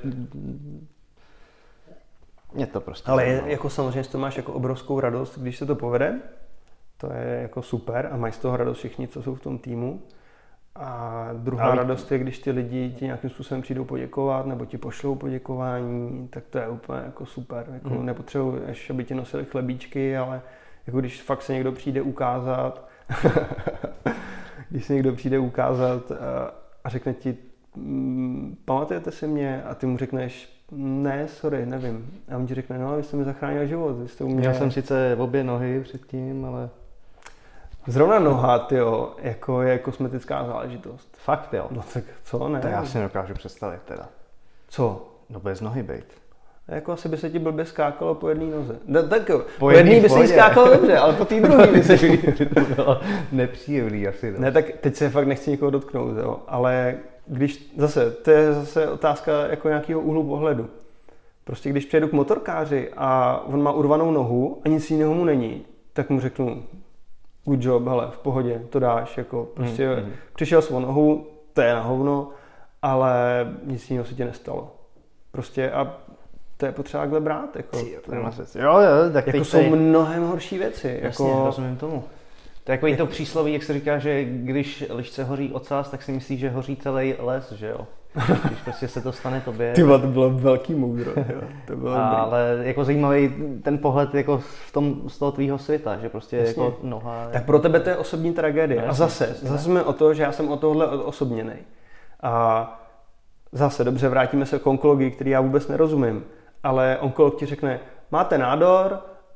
mě to prostě... Ale je, jako samozřejmě to máš jako obrovskou radost, když se to povede, to je jako super a mají z toho radost všichni, co jsou v tom týmu. A druhá Ale... radost je, když ty lidi ti nějakým způsobem přijdou poděkovat nebo ti pošlou poděkování, tak to je úplně jako super. Jako mm. Nepotřebuješ, aby ti nosili chlebíčky, ale jako když fakt se někdo přijde ukázat, když se někdo přijde ukázat a řekne ti, pamatujete si mě? A ty mu řekneš, ne, sorry, nevím. A on ti řekne, no, vy jste mi zachránil život. Vy jste u mě... Měl jsem sice obě nohy předtím, ale... Zrovna noha, tyjo, jako je kosmetická záležitost. Fakt, jo? No tak co, ne? To já si nedokážu představit teda. Co? No bez nohy bejt. Jako asi by se ti blbě skákalo po jedné noze. No, tak jo, po, po jedné by se jí skákalo dobře, ale po té druhé by se jí... To bylo nepříjemný asi. No. Ne, tak teď se fakt nechci nikoho dotknout, jo, ale když, zase, to je zase otázka jako nějakého úhlu pohledu. Prostě když přijedu k motorkáři a on má urvanou nohu a nic jiného mu není, tak mu řeknu, good job, hele, v pohodě, to dáš, jako prostě mm, mm. přišel svou nohu, to je na hovno, ale nic jiného se ti nestalo. Prostě a to je potřeba takhle brát, jako. To, jo, jo, tak jako jsou tady... mnohem horší věci. Jasně, jako... rozumím tomu. To je jako to přísloví, jak se říká, že když lišce hoří ocas, tak si myslí, že hoří celý les, že jo? Když prostě se to stane tobě. Ty to bylo velký moudro, jo. To bylo ale dobrý. Jako zajímavý ten pohled jako v tom, z toho tvýho světa, že prostě jasně. Jako noha... Tak pro tebe to je osobní tragédie. No, jasně, a zase, jasně, zase jsme o to, že já jsem o tohle osobněnej. A zase, dobře, vrátíme se k onkologii, který já vůbec nerozumím. Ale onkolog ti řekne, máte nádor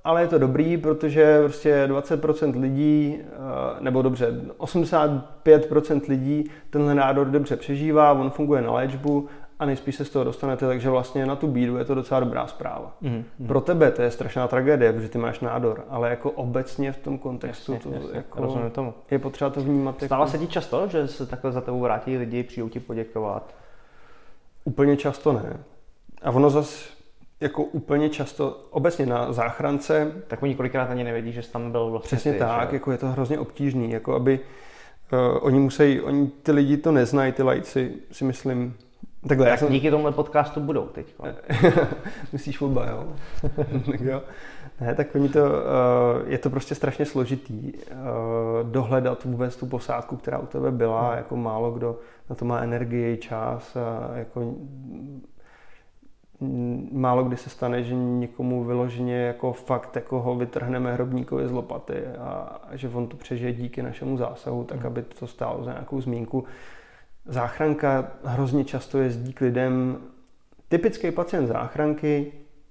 ale je to dobrý, protože prostě dvacet procent lidí, nebo dobře, osmdesát pět procent lidí tenhle nádor dobře přežívá, on funguje na léčbu a nejspíš se z toho dostanete, takže vlastně na tu bídu je to docela dobrá zpráva. Mm, mm. Pro tebe to je strašná tragédie, protože ty máš nádor, ale jako obecně v tom kontextu jasně, to jasně, jako tomu. Je potřeba to vnímat. Stalo jako... se ti často, že se takhle za tebou vrátí lidi, přijdou ti poděkovat? Úplně často ne. A ono zase jako úplně často, obecně na záchrance... Tak oni kolikrát ani nevědí, že jsi tam byl vlastně. Přesně ty, tak, že? Jako je to hrozně obtížný, jako aby uh, oni musí, oni ty lidi to neznají, ty lajci, si myslím. Takhle, tak já jsem... díky tomuhle podcastu budou teď. Myslíš oba, jo? jo? Ne, tak oni to, uh, je to prostě strašně složitý uh, dohledat vůbec tu posádku, která u tebe byla, hmm. jako málo kdo na to má energii, čas a jako málo kdy se stane, že někomu vyloženě jako fakt jako ho vytrhneme hrobníkovi z lopaty a, a že on to přežije díky našemu zásahu, tak aby to stálo za nějakou zmínku. Záchranka hrozně často jezdí k lidem. Typický pacient záchranky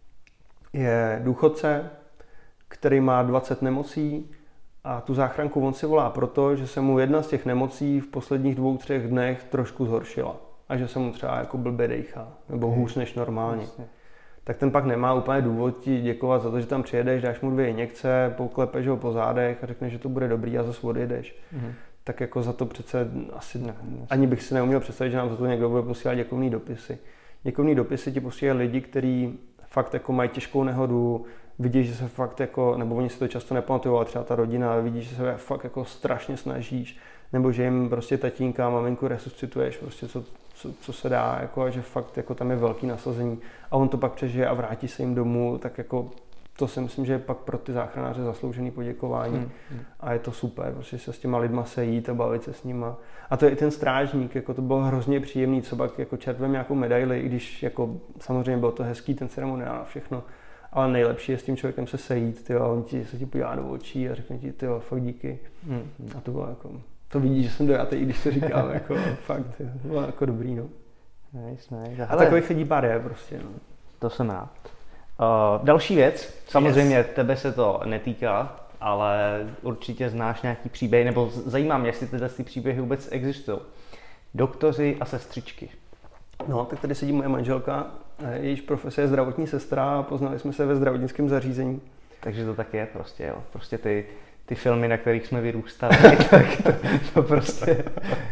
je důchodce, který má dvacet nemocí a tu záchranku on si volá proto, že se mu jedna z těch nemocí v posledních dvou, třech dnech trošku zhoršila. A že se mu třeba jako blbě dejchá, nebo hůř než normálně. Jasně. Tak ten pak nemá úplně důvod ti děkovat za to, že tam přijedeš, dáš mu dvě injekce, poklepeš ho po zádech a řekneš, že to bude dobrý a zase odjedeš. Mm-hmm. Tak jako za to přece asi ne, ani bych si neuměl představit, že nám za to někdo bude posílat děkovný dopisy. Děkovný dopisy ti posílají lidi, kteří fakt jako mají těžkou nehodu, vidí, že se fakt jako, nebo oni si to často nepamatují, ale třeba ta rodina vidí, že se fakt jako strašně snažíš, nebo že jim prostě tatínka a maminku resuscituješ, prostě co, co, co se dá, jako, a že fakt jako tam je velký nasazení a on to pak přežije a vrátí se jim domů, tak jako to si myslím, že je pak pro ty záchranáře zasloužený poděkování hmm, hmm. a je to super, prostě se s těma lidma sejít a bavit se s nima. A to je i ten strážník, jako to bylo hrozně příjemný, co pak jako čerpem nějakou medaili, i když jako samozřejmě bylo to hezký, ten ceremoniál a všechno, ale nejlepší je s tím člověkem se sejít, tyjo, a on ti, se ti podívá do očí a řekne ti, tyjo, fakt díky. Hmm. A to bylo jako, to vidíš, že jsem dojatý, i když to říkám, jako fakt, to bylo jako dobrý, no. Nice, nice. A takových lidí pár je prostě, no. To jsem rád. Uh, další věc, samozřejmě yes. tebe se to netýká, ale určitě znáš nějaký příběh, nebo zajímá mě, jestli tyhle ty příběhy vůbec existují. Doktoři a sestřičky. No, tak tady sedí moje manželka, jejíž profese je zdravotní sestra a poznali jsme se ve zdravotnickém zařízení. Takže to tak je prostě, jo. Prostě ty, ty filmy, na kterých jsme vyrůstali, tak to, to prostě...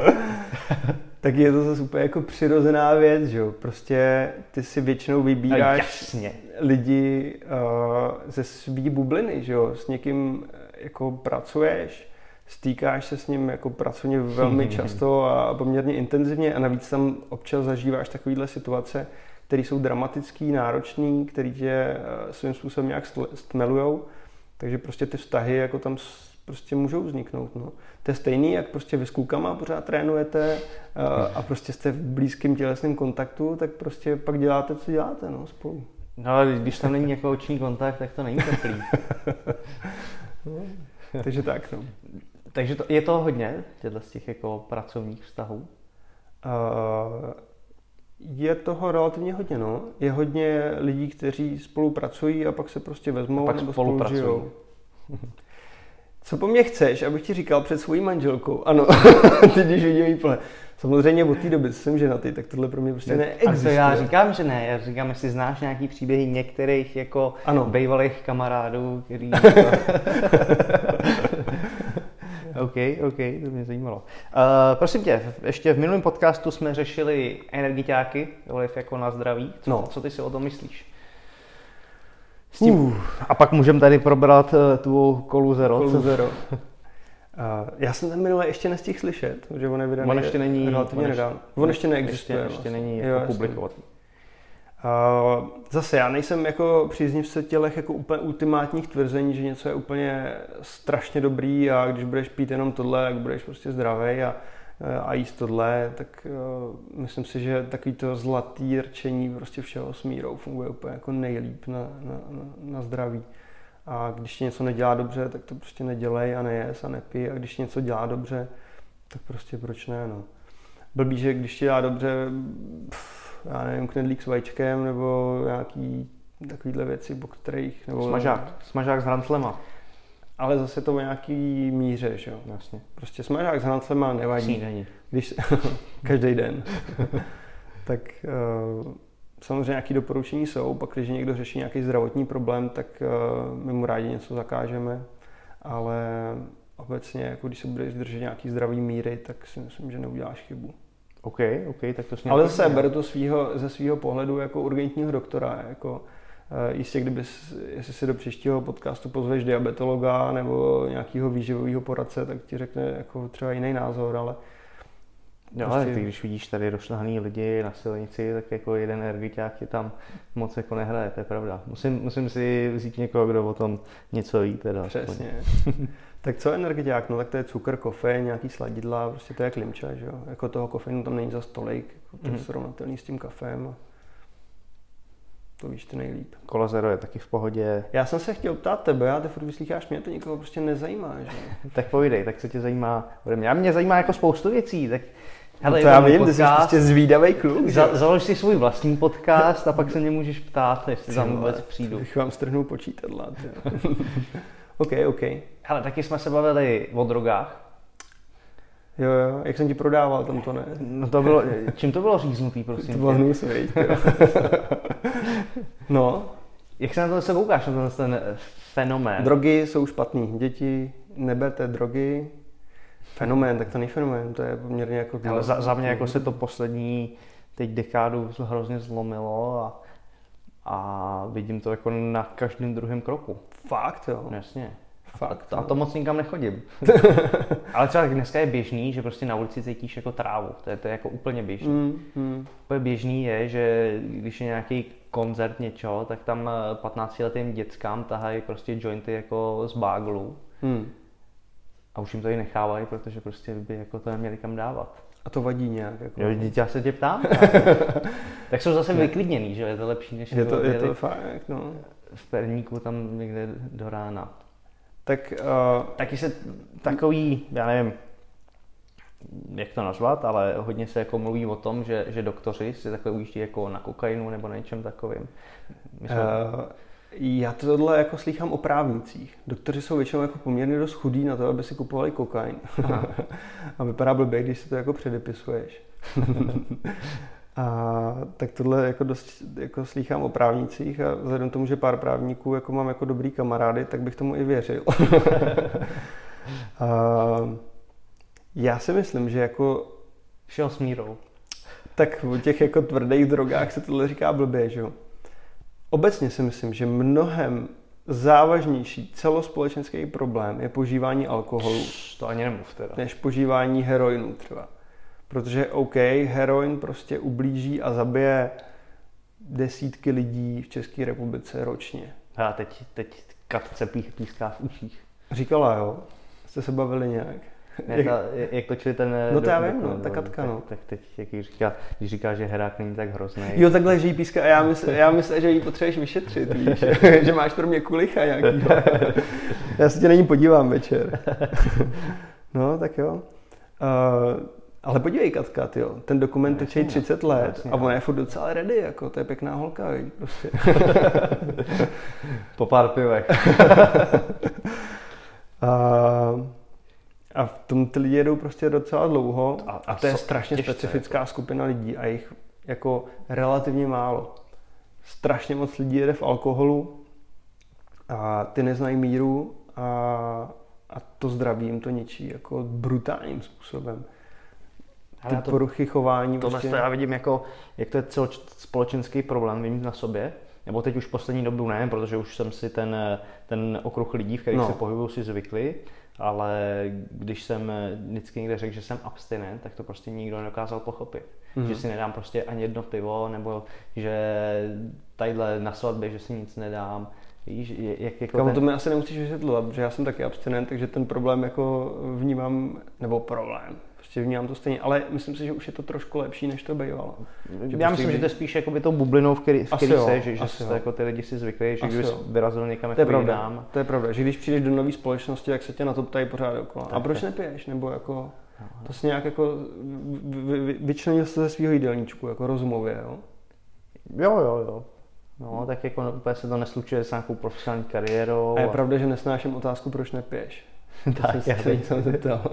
Tak je to zase úplně jako přirozená věc, že jo. Prostě ty si většinou vybíráš Jasně. lidi uh, ze svý bubliny, že jo. S někým jako pracuješ, stýkáš se s ním jako pracovně velmi často a poměrně intenzivně a navíc tam občas zažíváš takovýhle situace, které jsou dramatický, náročný, který tě uh, svým způsobem nějak stmelujou. Takže prostě ty vztahy jako tam prostě můžou vzniknout. No. To je stejný, jak prostě vy s klukama pořád trénujete uh, a prostě jste v blízkém tělesném kontaktu, tak prostě pak děláte, co děláte, no, spolu. No ale když tam není jako oční kontakt, tak to není teplý. no, takže tak, no. Takže to, je to hodně, těchto z těch jako pracovních vztahů? Uh, je toho relativně hodně, no. Je hodně lidí, kteří spolupracují a pak se prostě vezmou a pak nebo spolupracují. Spolu Co po mně chceš, abych ti říkal před svojí manželkou? Ano, ty když vidím jí plné. Samozřejmě od té doby, co jsem ženatý, tak tohle pro mě prostě neexistuje. A to já říkám, že ne. Já říkám, jestli znáš nějaký příběhy některých jako ano. bývalých kamarádů, který... OK, OK, to mě zajímalo. Uh, prosím tě, ještě v minulém podcastu jsme řešili energiťáky, vliv jako na zdraví. Co, no. co ty si o tom myslíš? S tím. Uh. A pak můžeme tady probrat uh, tu Kolu Zero. Kolu Zero. uh, já jsem ten minule ještě nestihl slyšet, že on je vydaný on ještě není, relativně nedávno. On ještě neexistuje. Ještě, ještě není jako publikovat. Uh, zase já nejsem jako příznivce tělech jako úplně ultimátních tvrzení, že něco je úplně strašně dobrý a když budeš pít jenom tohle, tak budeš prostě zdravej a, a jíst tohle, tak uh, myslím si, že takový to zlatý rčení prostě všeho s mírou funguje úplně jako nejlíp na, na, na, na zdraví. A když ti něco nedělá dobře, tak to prostě nedělej a nejes a nepij. A když něco dělá dobře, tak prostě proč ne, no. Blbý, že když ti dělá dobře, pff, já nevím, knedlík s vajíčkem nebo nějaký takovýhle věci, po kterých... Nebo, Smažák, smažák s hrantlema. Ale zase to v nějaký míře, že jo? Jasně. Prostě smažák s hrantlema nevadí. Snídaní. Když každý den. Tak uh, samozřejmě nějaké doporučení jsou, pak když někdo řeší nějaký zdravotní problém, tak uh, my mu rádi něco zakážeme, ale obecně, jako když se budeš držet nějaký zdravý míry, tak si myslím, že neuděláš chybu. OK, OK, tak to směl. Ale zase beru to svýho, ze svého pohledu jako urgentního doktora, jako uh, jistě, kdyby, jestli si do příštího podcastu pozveš diabetologa nebo nějakého výživového poradce, tak ti řekne jako třeba jiný názor, ale Jo, ale ty, když vidíš tady rozšlehaný lidi na silnici, tak jako jeden ergiťák ti tam moc jako nehraje, to je pravda. Musím, musím si vzít někoho, kdo o tom něco ví teda. Přesně. Tak co energetiák? No tak to je cukr, kofein, nějaký sladidla, prostě to je klimča, že jo. Jako toho kofeinu tam není za tolik, jako to je mm. srovnatelný s tím kafem. To víš ty nejlíp. Cola Zero je taky v pohodě. Já jsem se chtěl ptát tebe, já ty furt vyslýcháš, mě to nikoho prostě nezajímá, že? Tak povídej, tak co tě zajímá ode mě? A mě zajímá jako spoustu věcí, tak hele, no to já vím, podcast, ty jsi prostě zvídavej kluk. Za, založ si svůj vlastní podcast a pak se mě můžeš ptát, jestli tam vůbec přijdu. Bych vám strhnul počítadla. OK, OK. Hele, taky jsme se bavili o drogách. Jo, jo, jak jsem ti prodával, tam to ne. No to bylo, čím to bylo říznutý, prosím? To bylo hnus, veď. No. Jak se na to se koukáš, na ten fenomén? Drogy jsou špatný. Děti, neberte drogy. Fenomén, tak to není fenomén, to je poměrně jako... Ale za, za mě jako se to poslední teď dekádu hrozně zlomilo a, a vidím to jako na každém druhém kroku. Fakt, jo? Jasně. Fakt. A, a to moc nikam nechodím. Ale třeba dneska je běžný, že prostě na ulici cítíš jako trávu. To je, to je jako úplně běžný. Mm, mm. Úplně běžný je, že když je nějaký koncert něčeho, tak tam patnáctiletým dětskám tahají prostě jointy jako z báglu. Mm. A už jim to i nechávají, protože prostě by jako to neměli kam dávat. A to vadí nějak? Jako... Jo, já se tě ptám. Tak jsou zase vyklidněný, že je to lepší, než je to, je to fakt, no. V perníku tam někde do rána. Tak uh... taky se takový, já nevím, jak to nazvat, ale hodně se jako mluví o tom, že, že doktoři si takhle ujíždí jako na kokainu nebo na něčem takovým. Jsme... Uh... Já to tohle jako slýchám o právnících. Doktoři jsou většinou jako poměrně dost chudí na to, aby si kupovali kokain. A vypadá blbě, když si to jako předepisuješ. A tak tohle jako dost jako slýchám o právnících a vzhledem k tomu, že pár právníků jako mám jako dobrý kamarády, tak bych tomu i věřil. A já si myslím, že jako... Šel s mírou. Tak o těch jako tvrdých drogách se tohle říká blbě, že jo? Obecně si myslím, že mnohem závažnější celospolečenský problém je požívání alkoholu. To ani nemluv teda. Než požívání heroinu třeba. Protože OK, heroin prostě ublíží a zabije desítky lidí v České republice ročně. A teď, teď Katce píská v uších. Říkala, jo? Jste se bavili nějak? Jak, ta, jak točili ten... No to já vím, no, ta Katka, no. Tak, tak teď, jak jí říká, když říká, že herák není tak hrozný. Jo, takhle, že jí píská a já myslím, já myslím, že jí potřebuješ vyšetřit, víš? Že máš pro mě kulicha nějakýho. Já se tě na ní podívám večer. No, tak jo. Uh, ale podívej, Katka, tyjo, ten dokument točí třicet let a ona je furt docela ready, jako, to je pěkná holka, víš, prostě. Po pár pivech. uh, A v tom ty lidi jedou prostě docela dlouho a, a to je so, strašně těžce, specifická jako. skupina lidí a jich jako relativně málo. Strašně moc lidí jede v alkoholu a ty neznají míru a, a to zdraví jim to ničí jako brutálním způsobem. Ty to, poruchy chování. Tohle prostě... já vidím jako, jak to je celospolečenský problém, vím na sobě. Nebo teď už poslední dobu ne, protože už jsem si ten, ten okruh lidí, v kterých no. se pohybuju, si zvykli. Ale když jsem vždycky někde řekl, že jsem abstinent, tak to prostě nikdo nedokázal pochopit. Mm-hmm. Že si nedám prostě ani jedno pivo, nebo že tadyhle na svatbě, že si nic nedám. Víš, jak jako Kamu, ten... to mi asi nemusíš vysvětlovat, protože já jsem taky abstinent, takže ten problém jako vnímám, nebo problém, prostě vnímám to stejně, ale myslím si, že už je to trošku lepší, než to bývalo. Já prostě myslím, kdy... že to je spíš jako by tou bublinou, v který, v který se, že, že to jako ty lidi si zvykli, že kdyby vyrazil někam to jako pravda, jinam. To je pravda, že když přijdeš do nové společnosti, tak se tě na to ptají pořád dokola. A proč nepiješ? Nebo jako, to si nějak jako vyčlenil se ze svého jídelníčku, jako rozumově, jo? Jo, jo, jo. No, tak jako úplně se to neslučuje s nějakou profesionální kariérou. A je a... pravda, že nesnáším otázku, proč nepiješ. Tak, já teď jsem zeptal.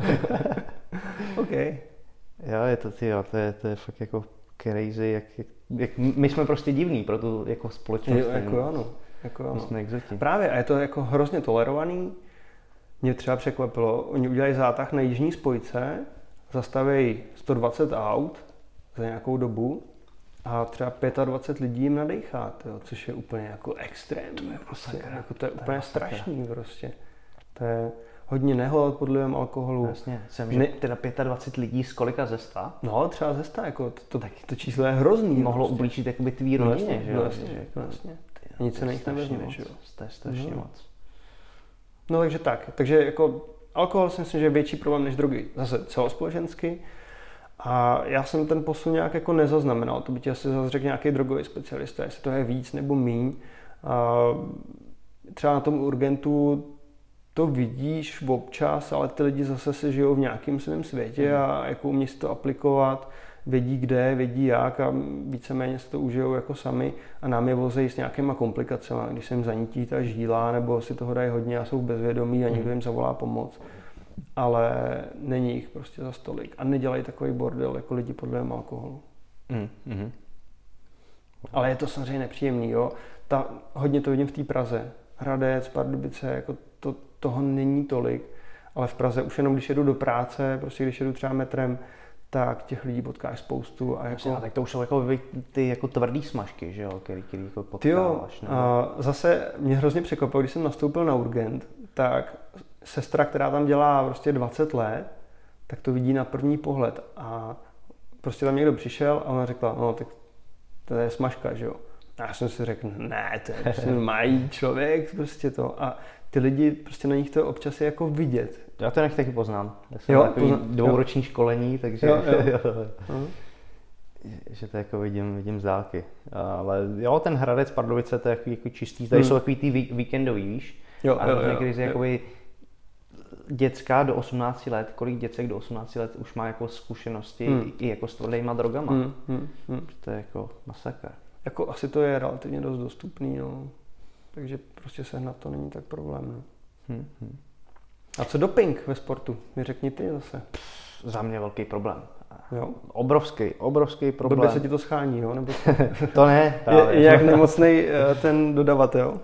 OK. Jo, je to, tyjo, to je, to je fakt jako crazy, jak, jak, jak my jsme prostě divní pro tu jako společnost. Jo, jako ano. Jako ano. Jsme exoti. Právě, a je to jako hrozně tolerovaný. Mě třeba překvapilo, oni udělají zátah na jižní spojce, zastaví sto dvacet aut za nějakou dobu a třeba dvacet pět lidí jim nadechá, tyjo, což je úplně jako extrém. To je, prostě, jako to je to úplně je strašný prostě. To je hodně nehod pod vlivem alkoholu. Jasně, jsem, že ne... teda dvacet pět lidí z kolika ze sta? No, třeba ze sta, jako to, to, tak to číslo je hrozný. Mohlo prostě ublížit jakoby tvý rodině, no, že jo? Vlastně, jako, vlastně. Nic se na nich nevezme, že jo? To je strašně no. moc. No takže tak, takže jako alkohol si myslím, že je větší problém než drogy, zase celospolečensky. A já jsem ten posun nějak jako nezaznamenal, to by ti asi zase řekl nějaký drogový specialista, jestli to je víc nebo míň. A třeba na tom urgentu to vidíš občas, ale ty lidi zase si žijou v nějakém svém světě a jako umí si to aplikovat, vědí kde, vědí jak a víceméně si to užijou jako sami a nám je vozejí s nějakýma komplikacemi, když se jim zanítí ta žíla nebo si toho dají hodně a jsou v bezvědomí a někdo jim zavolá pomoc. Ale není jich prostě za stolik a nedělají takový bordel jako lidi pod vlivem alkoholu. Mm, mm. Ale je to samozřejmě nepříjemný, jo. Ta, hodně to vidím v té Praze. Hradec, Pardubice, jako to, toho není tolik, ale v Praze už jenom když jedu do práce, prostě když jedu třeba metrem, tak těch lidí potkáš spoustu. A jako... A tak to už jsou jako ty jako tvrdý smažky, že jo, který, který jako potkáváš. Tyjo, a zase mě hrozně překvapilo, když jsem nastoupil na urgent, tak sestra, která tam dělá prostě dvacet let, tak to vidí na první pohled a prostě tam někdo přišel a ona řekla, no tak to je smažka, že jo. A já jsem si řekl, ne, to je prostě normální člověk, prostě to. A ty lidi, prostě na nich to občas je jako vidět. Já to nech taky poznám. Já jsem jo, takový pozna... dvouroční jo. školení, takže jo, jo. jo. že to jako vidím, vidím z dálky. Ale jo, ten Hradec, Pardubice, to je jako, jako čistý. Tady hmm. jsou takový ty víkendový, víš? Jo, a jo, někdy jo, jakoby děcka do osmnácti let, kolik děcek do osmnácti let už má jako zkušenosti hmm. i jako s tvrdýma drogama. Hmm. Hmm. Hmm. To je jako masakr. Jako asi to je relativně dost dostupný, no. Takže prostě sehnat to není tak problém, no. Hmm. Hmm. A co doping ve sportu? Mi řekni ty zase. Pff, za mě velký problém. Jo? Obrovský, obrovský problém. Blbě se ti to schání, jo? Nebo... to ne. Právě. Je, je jak nemocnej ten dodavatel.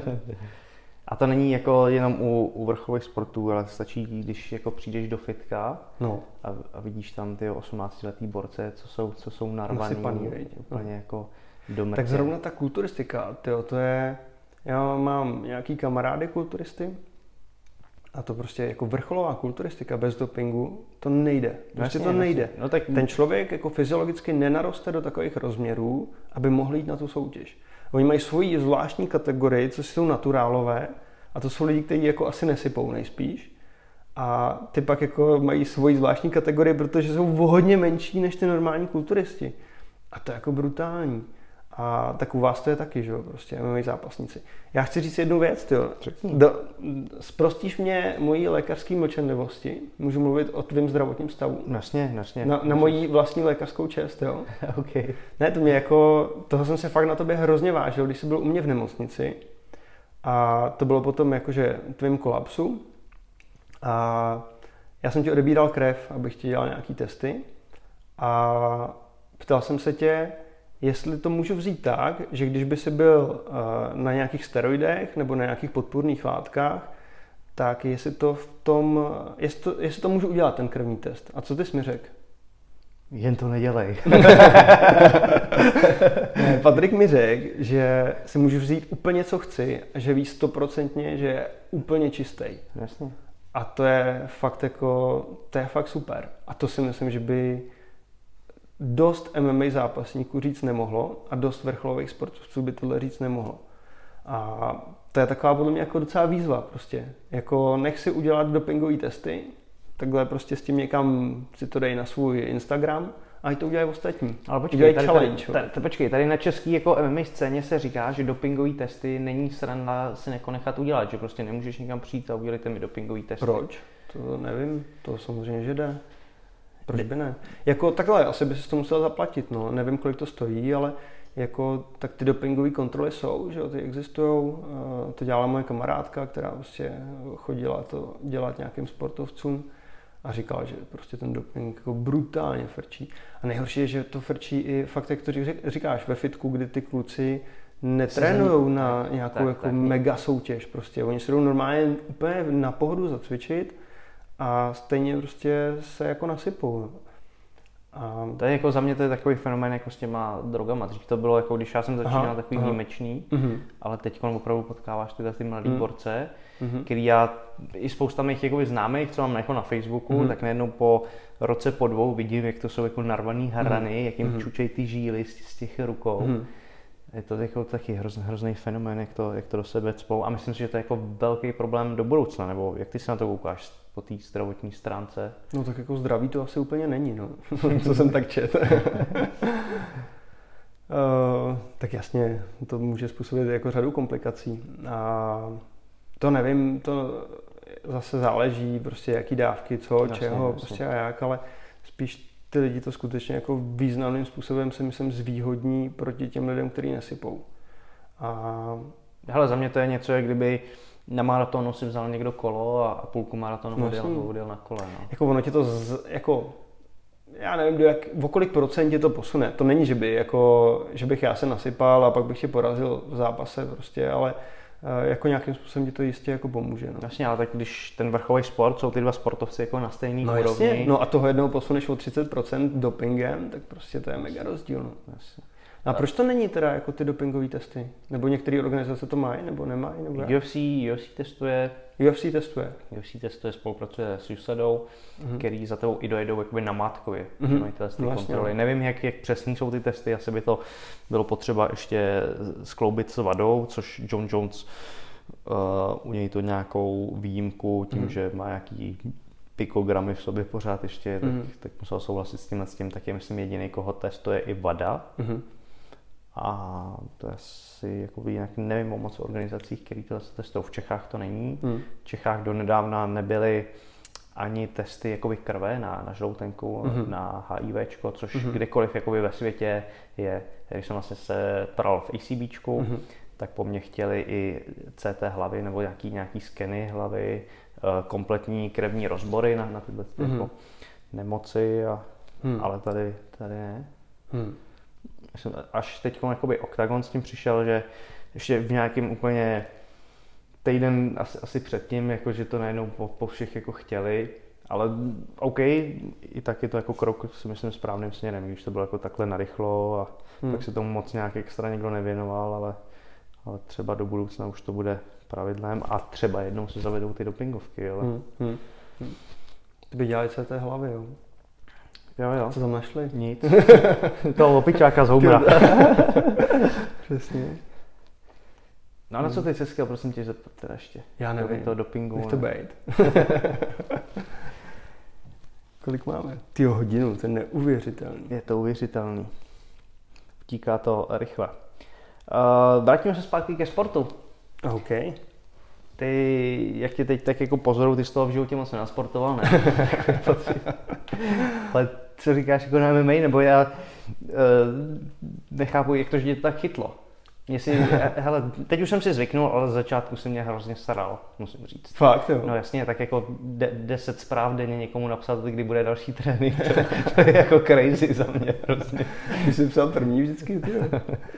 A to není jako jenom u, u vrcholových sportů, ale stačí, když jako přijdeš do fitka no. a, a vidíš tam ty osmnáctiletý borce, co jsou, co jsou narvaný, úplně no. jako do mrtě. Tak zrovna ta kulturistika, tyjo, to je, já mám nějaký kamarády kulturisty a to prostě jako vrcholová kulturistika bez dopingu, to nejde. Prostě jasně, to nejde. No, tak... Ten člověk jako fyziologicky nenaroste do takových rozměrů, aby mohl jít na tu soutěž. Oni mají svoji zvláštní kategorii, co jsou naturálové, a to jsou lidi, kteří jako asi nesypou nejspíš. A ty pak jako mají svoji zvláštní kategorii, protože jsou hodně menší než ty normální kulturisti. A to je jako brutální. A tak u vás to je taky, že jo, prostě M M A zápasníci. Já chci říct jednu věc, tyjo. Do, zprostíš mě mojí lékařské mlčenlivosti, můžu mluvit o tvém zdravotním stavu. Jasně, jasně. Na, na mojí vlastní lékařskou čest, jo. Okay. Ne, to mě jako, toho jsem se fakt na tobě hrozně vážil, když jsi byl u mě v nemocnici. A to bylo potom jakože tvým kolapsu. A já jsem ti odebíral krev, abych ti dělal nějaký testy. A ptal jsem se tě, jestli to můžu vzít tak, že když by si byl na nějakých steroidech nebo na nějakých podpůrných látkách, tak jestli to v tom, jestli to, jestli to můžu udělat, ten krevní test. A co ty jsi mi řekl? Jen to nedělej. Patrik mi řekl, že si můžu vzít úplně co chci a že ví stoprocentně, že je úplně čistý. Jasně. A to je fakt jako, to je fakt super. A to si myslím, že by dost M M A zápasníků říct nemohlo a dost vrcholových sportovců by tohle říct nemohlo. A to je taková podle mě jako docela výzva prostě. Jako nech si udělat dopingové testy, takhle prostě s tím někam si to dej na svůj Instagram a ať to udělají ostatní. Ale počkej, tady, tady, tady, tady, počkej, tady na český jako M M A scéně se říká, že dopingové testy není sranda si jako nechat udělat, že prostě nemůžeš někam přijít a udělejte mi dopingové testy. Proč? To nevím, to samozřejmě, že jde. Proč by ne? Jako takhle, asi by si to musel zaplatit, no. Nevím, kolik to stojí, ale jako, tak ty dopingové kontroly jsou, že jo, ty existují. To dělala moje kamarádka, která prostě chodila to dělat nějakým sportovcům a říkala, že prostě ten doping jako brutálně frčí. A nejhorší je, že to frčí i fakt, jak to říkáš, ve fitku, kdy ty kluci netrénujou na nějakou tak, jako tak, mega soutěž. Prostě. Oni se jdou normálně úplně na pohodu zacvičit a stejně prostě se jako nasypou. A to je jako za mě to je takový fenomén jako s těma drogama. Dřív to bylo jako když já jsem začínal aha, takový aha. výjimečný, mm-hmm. ale teď opravdu potkáváš tyhle ty mladý mm. borce, mm-hmm. který já i spousta mých jako známých, co mám jako na Facebooku, mm-hmm. tak najednou po roce po dvou vidím, jak to jsou jako narvaný harany, mm-hmm. jak jim mm-hmm. čučej ty žíly z, z těch rukou. Mm-hmm. Je to jako taky hroz, hrozný fenomén, jak to, jak to do sebe cpou a myslím si, že to je jako velký problém do budoucna, nebo jak ty se na to koukáš po té zdravotní stránce? No tak jako zdraví to asi úplně není, no. Co jsem tak četl. uh, tak jasně, to může způsobit jako řadu komplikací. A to nevím, to zase záleží prostě jaký dávky, co, jasně, čeho, jasně. prostě a jak, ale spíš ty lidi to skutečně jako významným způsobem si myslím zvýhodní proti těm lidem, kteří nesypou. A... Hele, za mě to je něco, jak kdyby na maratonu si vzal někdo kolo a půlku maratonu no, odjel, odjel na kole. No. Jako ono tě to, z, jako, já nevím, do jak, o kolik procent tě to posune. To není, že, by, jako, že bych já se nasypal a pak bych tě porazil v zápase prostě, ale jako nějakým způsobem ti to jistě jako pomůže. No. Jasně, ale tak když ten vrcholový sport, jsou ty dva sportovci jako na stejný no, úrovni. Jasně. No a toho jednoho posuneš o třicet procent dopingem, tak prostě to je mega rozdíl. No. Jasně. A proč to není teda jako ty dopingové testy? Nebo některé organizace to mají, nebo nemají? Nebo U F C, U F C testuje. U F C testuje. U F C testuje, spolupracuje s U S A Dou, mm-hmm. který za tebou i dojedou jakoby namátkově. Mm-hmm. Mají ty no, kontroly. Nevím, jak, jak přesný jsou ty testy, asi by to bylo potřeba ještě skloubit s vadou, což John Jones Uh, u něj to nějakou výjimku tím, mm. že má nějaký pikogramy v sobě pořád ještě, mm. tak, tak musel souhlasit s tímhle s tím, tak je myslím jediný, koho testuje i vada. Mm. A to je asi jako jinak nevím o moc organizacích, které to testují. V Čechách to není. Mm. V Čechách donedávna nebyly ani testy jakoby krve na, na žloutenku, mm. na HIVčko, což mm. kdekoliv jakoby ve světě je. Když jsem vlastně se pral v A C Bčku, mm. tak po mně chtěli i C T hlavy nebo nějaký, nějaký skeny hlavy, kompletní krevní rozbory na, na tyhle mm-hmm. jako nemoci, a, mm. ale tady, tady ne. Mm. Až teď jakoby Octagon s tím přišel, že ještě v nějakém úplně týden asi, asi předtím, jako, že to najednou po, po všech jako chtěli, ale OK, i tak je to jako krok si myslím správným směrem, když to bylo jako takhle narychlo a mm. tak se tomu moc nějak extra nikdo nevěnoval, ale ale třeba do budoucna už to bude pravidlem a třeba jednou se zavedou ty dopingovky, ale... Hmm, hmm, hmm. Ty by dělali C T hlavy, jo? Jo, jo. Co tam našli? Nic. Toho opičáka z Homera. Přesně. No a na co ty jsi chtěl, prosím tě, zeptat teda ještě? Já nevím. To dopingu. Nech to bejt. Kolik máme? Tyjo, hodinu, to je neuvěřitelný. Je to uvěřitelný. Utíká to rychle. Uh, vrátíme se zpátky ke sportu. OK. Ty, jak tě teď tak jako pozoruju, ty z toho v životě moc nenasportoval, ne? Ale co říkáš jako na M M A, nebo já uh, nechápu, jak to, že tě to tak chytlo. Jestli, hele, teď už jsem si zvyknul, ale z začátku se mě hrozně staral, musím říct. Fakt, jo? No jasně, tak jako de- deset zpráv denně někomu napsat, kdy bude další trénink, to, to je jako crazy za mě hrozně. Když jsi psal první vždycky, ty uh,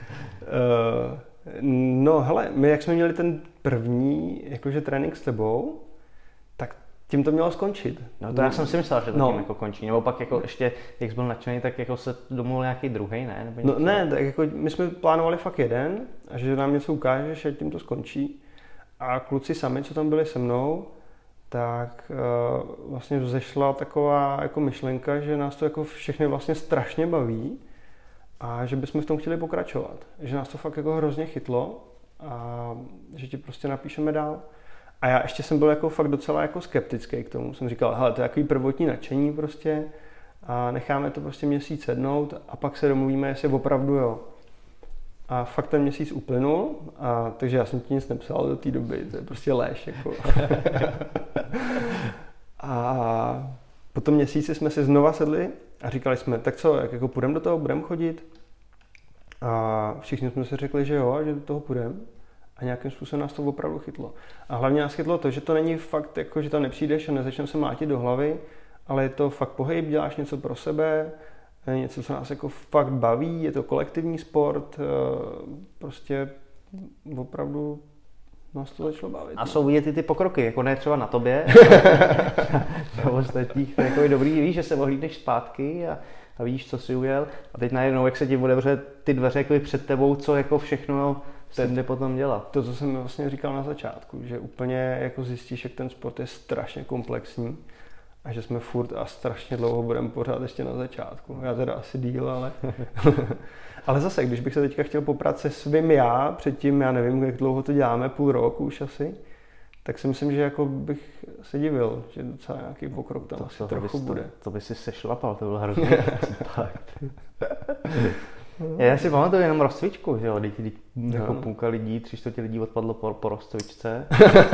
no hele, my jak jsme měli ten první jakože trénink s tebou, tak tím to mělo skončit. No to já jsem si myslel, že to no. tím jako končí, nebo pak jako ještě, jak jsi byl nadšený, tak jako se domluvil nějaký druhej, ne? Nebo no ne, tak jako my jsme plánovali fakt jeden, a že nám něco ukáže, že tím to skončí. A kluci sami, co tam byli se mnou, tak uh, vlastně vzešla taková jako myšlenka, že nás to jako všechny vlastně strašně baví a že bychom v tom chtěli pokračovat. Že nás to fakt jako hrozně chytlo a že ti prostě napíšeme dál. A já ještě jsem byl jako fakt docela jako skeptický k tomu. Jsem říkal, hele, to je takový prvotní nadšení prostě a necháme to prostě měsíc sednout a pak se domluvíme, jestli opravdu jo. A fakt ten měsíc uplynul, a, takže já jsem ti nic nepsal do té doby, to je prostě léž. Jako. A po tom měsíci jsme si znova sedli a říkali jsme, tak co, jak jako půjdeme do toho, budeme chodit? A všichni jsme si řekli, že jo, že do toho půjdeme. A nějakým způsobem nás to opravdu chytlo. A hlavně nás chytlo to, že to není fakt, jako, že tam nepřijdeš a nezačneme se mlátit do hlavy, ale je to fakt pohyb, děláš něco pro sebe, něco, co nás jako fakt baví, je to kolektivní sport, prostě opravdu nás to začalo bavit. A jsou vidět i ty pokroky, jako ne třeba na tobě, na ostatních, to je jako dobrý, víš, že se ohlídneš zpátky a, a vidíš, co jsi ujel a teď najednou, jak se ti otevře ty dveře jako před tebou, co jako všechno se jde potom dělat. To, co jsem vlastně říkal na začátku, že úplně jako zjistíš, jak ten sport je strašně komplexní a že jsme furt a strašně dlouho budeme pořád ještě na začátku. Já teda asi díl, ale... ale zase, když bych se teďka chtěl poprat se svým já, předtím, já nevím, jak dlouho to děláme, půl roku už asi, tak si myslím, že jako bych se divil, že docela nějaký pokrok tam to, asi to, trochu to, bude. To, to by si sešlapal, to byl hrozný fakt. Já si pamatuju jenom rozcvičku, že jo, když, když jako no. půlka lidí, tři čtvrtě lidí odpadlo po, po rozcvičce.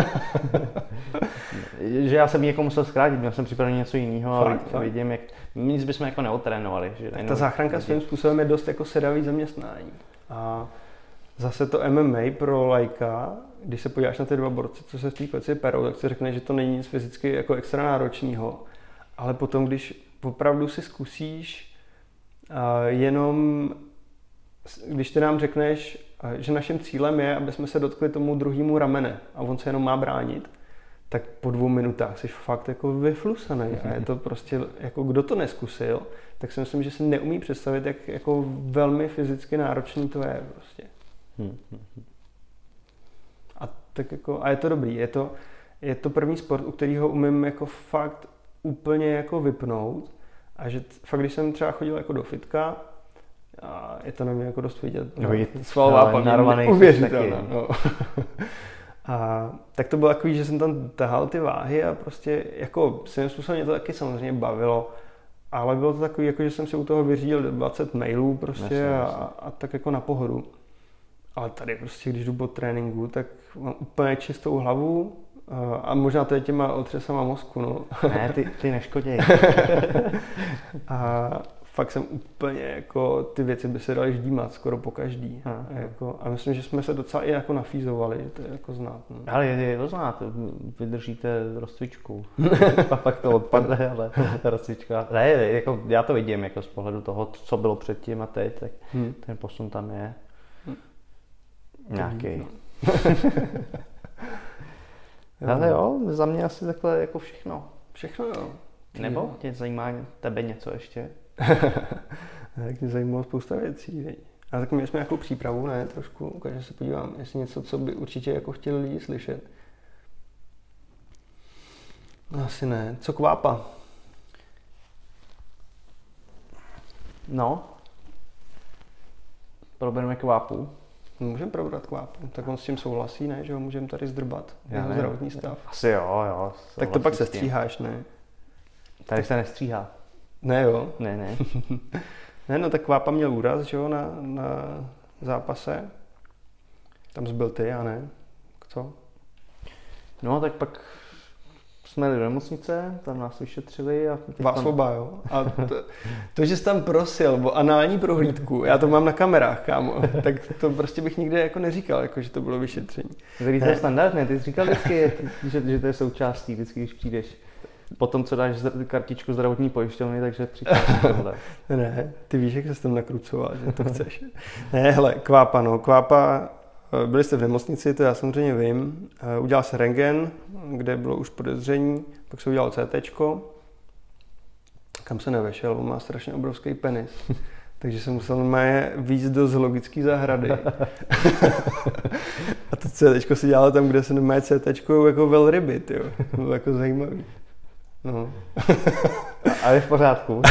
Že já jsem jako musel zkrátit, měl jsem připravený něco jiného a vidím, jak nic bychom jako neotrénovali. Že ta záchranka lidi. Svým způsobem je dost jako sedavý zaměstnání. A zase to M M A pro laika, když se podíváš na ty dva borci, co se v té kleci perou, tak si řekne, že to není nic fyzicky jako extra náročného. Ale potom, když opravdu si zkusíš uh, jenom když ty nám řekneš, že naším cílem je, aby jsme se dotkli tomu druhému ramene a on se jenom má bránit, tak po dvou minutách jsi fakt jako vyflusaný a je to prostě, jako kdo to neskusil, tak si myslím, že si neumí představit, jak jako velmi fyzicky náročný to je prostě. A tak jako, a je to dobrý, je to, je to první sport, u kterého umím jako fakt úplně jako vypnout a že fakt, když jsem třeba chodil jako do fitka, a je to na mě jako dost vidět. No, svalová paměť, neuvěřitelná. No. A tak to bylo takový, že jsem tam tahal ty váhy a prostě jako svým způsobem mě to taky samozřejmě bavilo, ale bylo to takový, jako, že jsem si u toho vyřídil dvacet mailů prostě nesmím, a, a tak jako na pohodu. Ale tady prostě, když jdu po tréninku, tak mám úplně čistou hlavu a možná to je těma otřesama mozku, no. Ne, ty, ty neškoděj. A fakt jsem úplně jako, ty věci by se daly ždímat skoro po každý. A, jako, a myslím, že jsme se docela i jako nafízovali, to je jako znát. No. Ale je, je to znát, vydržíte rozcvičku. Pak to odpadne, ale ta rozcvička. Ne, jako, já to vidím jako z pohledu toho, co bylo předtím a teď, tak hmm. ten posun tam je. Hmm. Nějaký. No. Ale jo, za mě asi takhle jako všechno. Všechno jo. Nebo tě zajímá tebe něco ještě? Tak mě zajímalo spousta věcí. Veď. A tak my jsme nějakou přípravu, ne? Trošku, ukáže se podívám, jestli něco, co by určitě jako chtěli lidi slyšet. Asi ne. Co kvápa? No. Probereme kvápu. Můžeme probrat kvápu. Tak on s tím souhlasí, ne? Že ho můžeme tady zdrbat. Jeho zdravotní stav. Asi jo, jo. Tak to pak se stříháš, ne? Tady se nestříhá. Ne jo? Ne, ne. Ne, no tak kvápa měl úraz, že jo, na, na zápase. Tam zbyl ty, a ne? Co? No, tak pak jsme jeli do nemocnice, tam nás vyšetřili a... Vás tam... oba, jo? A to, to, že jsi tam prosil o anální prohlídku, já to mám na kamerách, kámo, tak to prostě bych nikdy jako neříkal, jako, že to bylo vyšetření. Tady to je standardné, ty jsi říkal vždycky, že, že to je součástí, vždycky, když přijdeš. Potom, co dáš kartičku zdravotní pojišťovny, takže přichází tohle. Ne, ty víš, jak se tam nakrucoval, že to chceš. Ne, hele, kvápa, no, kvápa, byli jste v nemocnici, to já samozřejmě vím. Udělal se rentgen, kde bylo už podezření, pak se udělal C T čko, kam se nevešel, on má strašně obrovský penis. Takže jsem musel normálně víc do zoologické zahrady. A to C T čko se dělalo tam, kde se normálně C T čko jako velryby, tyjo. To bylo jako zajímavý. No. Ale v pořádku.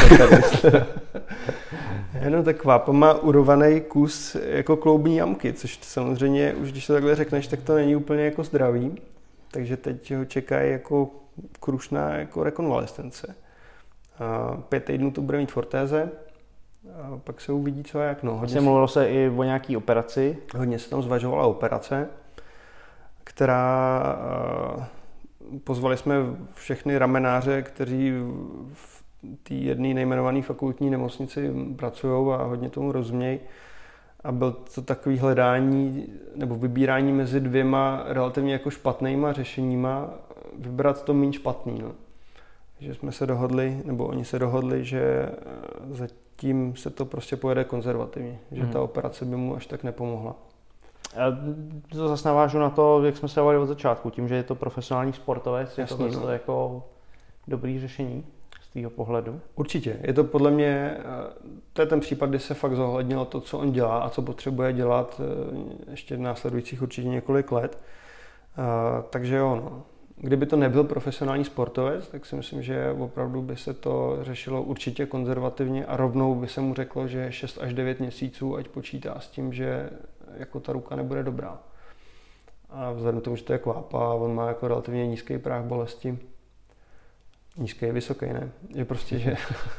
No tak kvápa má urovaný kus jako kloubní jamky, což samozřejmě už když to takhle řekneš, tak to není úplně jako zdravý. Takže teď ho čekají jako krušná jako rekonvalescence. A pět týdnů to bude mít v ortéze a pak se uvidí co a jak. No, hodně mluvilo se i o nějaký operaci. Hodně se tam zvažovala operace, která... Pozvali jsme všechny ramenáře, kteří v té jedné nejmenované fakultní nemocnici pracují a hodně tomu rozumějí. a byl to takový hledání nebo vybírání mezi dvěma relativně jako špatnýma řešeníma, vybrat to méně špatný. No. Že jsme se dohodli, nebo oni se dohodli, že zatím se to prostě pojede konzervativně, že ta operace by mu až tak nepomohla. Já to zase navážu na to, jak jsme se bavili od začátku, tím, že je to profesionální sportovec, je to no. jako dobrý řešení z tvýho pohledu? Určitě. Je to podle mě, to je ten případ, kdy se fakt zohlednilo to, co on dělá a co potřebuje dělat ještě v následujících určitě několik let. Takže jo, no. Kdyby to nebyl profesionální sportovec, tak si myslím, že opravdu by se to řešilo určitě konzervativně a rovnou by se mu řeklo, že šest až devět měsíců, ať počítá s tím, že jako ta ruka nebude dobrá. A vzhledem k tomu, že to je Kvápa a on má jako relativně nízký práh bolesti, nízký je vysoký, ne? Že prostě, že,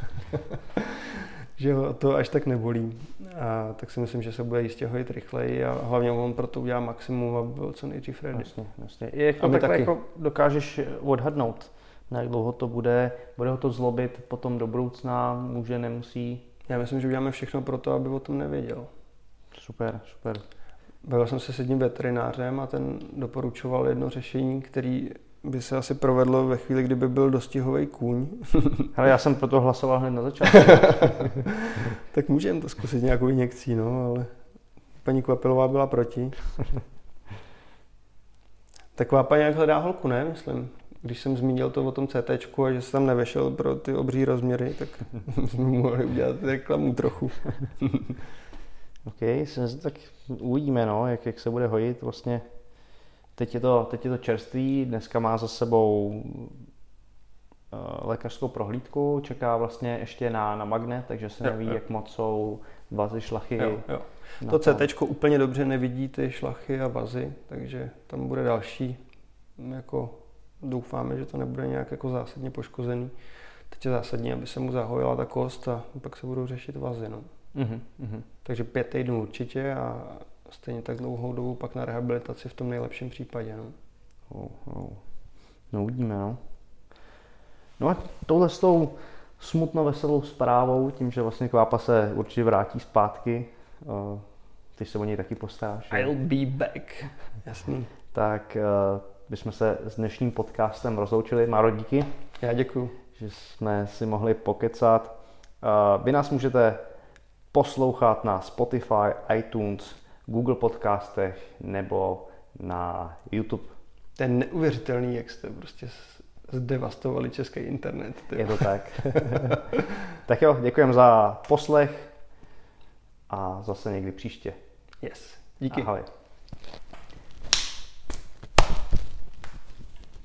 že ho to až tak nebolí. A tak si myslím, že se bude jistě hojit rychleji a hlavně on pro to udělá maximum, aby byl co nejdřív ready. Jasně, jasně. Jak to takhle jako dokážeš odhadnout, na jak dlouho to bude, bude ho to zlobit potom do budoucna, může, nemusí? Já myslím, že uděláme všechno pro to, aby o tom nevěděl. Super, super. Bavil jsem se s jedním veterinářem a ten doporučoval jedno řešení, který by se asi provedlo ve chvíli, kdyby byl dostihový kůň. Ale já jsem pro to hlasoval hned na začátku. Tak můžeme to zkusit nějakou injekcí, no, ale paní Kvapilová byla proti. Taková paní jak hledá holku, ne, myslím. Když jsem zmínil to o tom CTčku a že se tam nevešel pro ty obří rozměry, tak jsme mohli udělat reklamu trochu. OK, tak uvidíme, no, jak, jak se bude hojit. Vlastně teď je to, teď je to čerstvý, dneska má za sebou uh, lékařskou prohlídku, čeká vlastně ještě na, na magnet, takže se neví, jo, jo. jak moc jsou vazy, šlachy. Jo, jo. To CTčko úplně dobře nevidí ty šlachy a vazy, takže tam bude další. Jako doufáme, že to nebude nějak jako zásadně poškozený. Teď je zásadní, aby se mu zahojila ta kost a pak se budou řešit vazy. No. Mm-hmm, mm-hmm. Takže pět týdnů určitě a stejně tak dlouhou dobu pak na rehabilitaci v tom nejlepším případě. No, oh, oh. no uvidíme. No. No a touhle s tou smutno veselou zprávou, tím, že vlastně Kvápa se určitě vrátí zpátky, uh, ty se o něj taky postaráš. I'll be back. Jasný. Tak uh, bychom se s dnešním podcastem rozloučili. Máro, díky. Já děkuju. Že jsme si mohli pokecat. Uh, vy nás můžete poslouchat na Spotify, iTunes, Google podcastech nebo na YouTube. To je neuvěřitelný, jak jste prostě zdevastovali český internet. Tyjo. Je to tak. Tak jo, děkujem za poslech a zase někdy příště. Yes. Díky. Ahoj.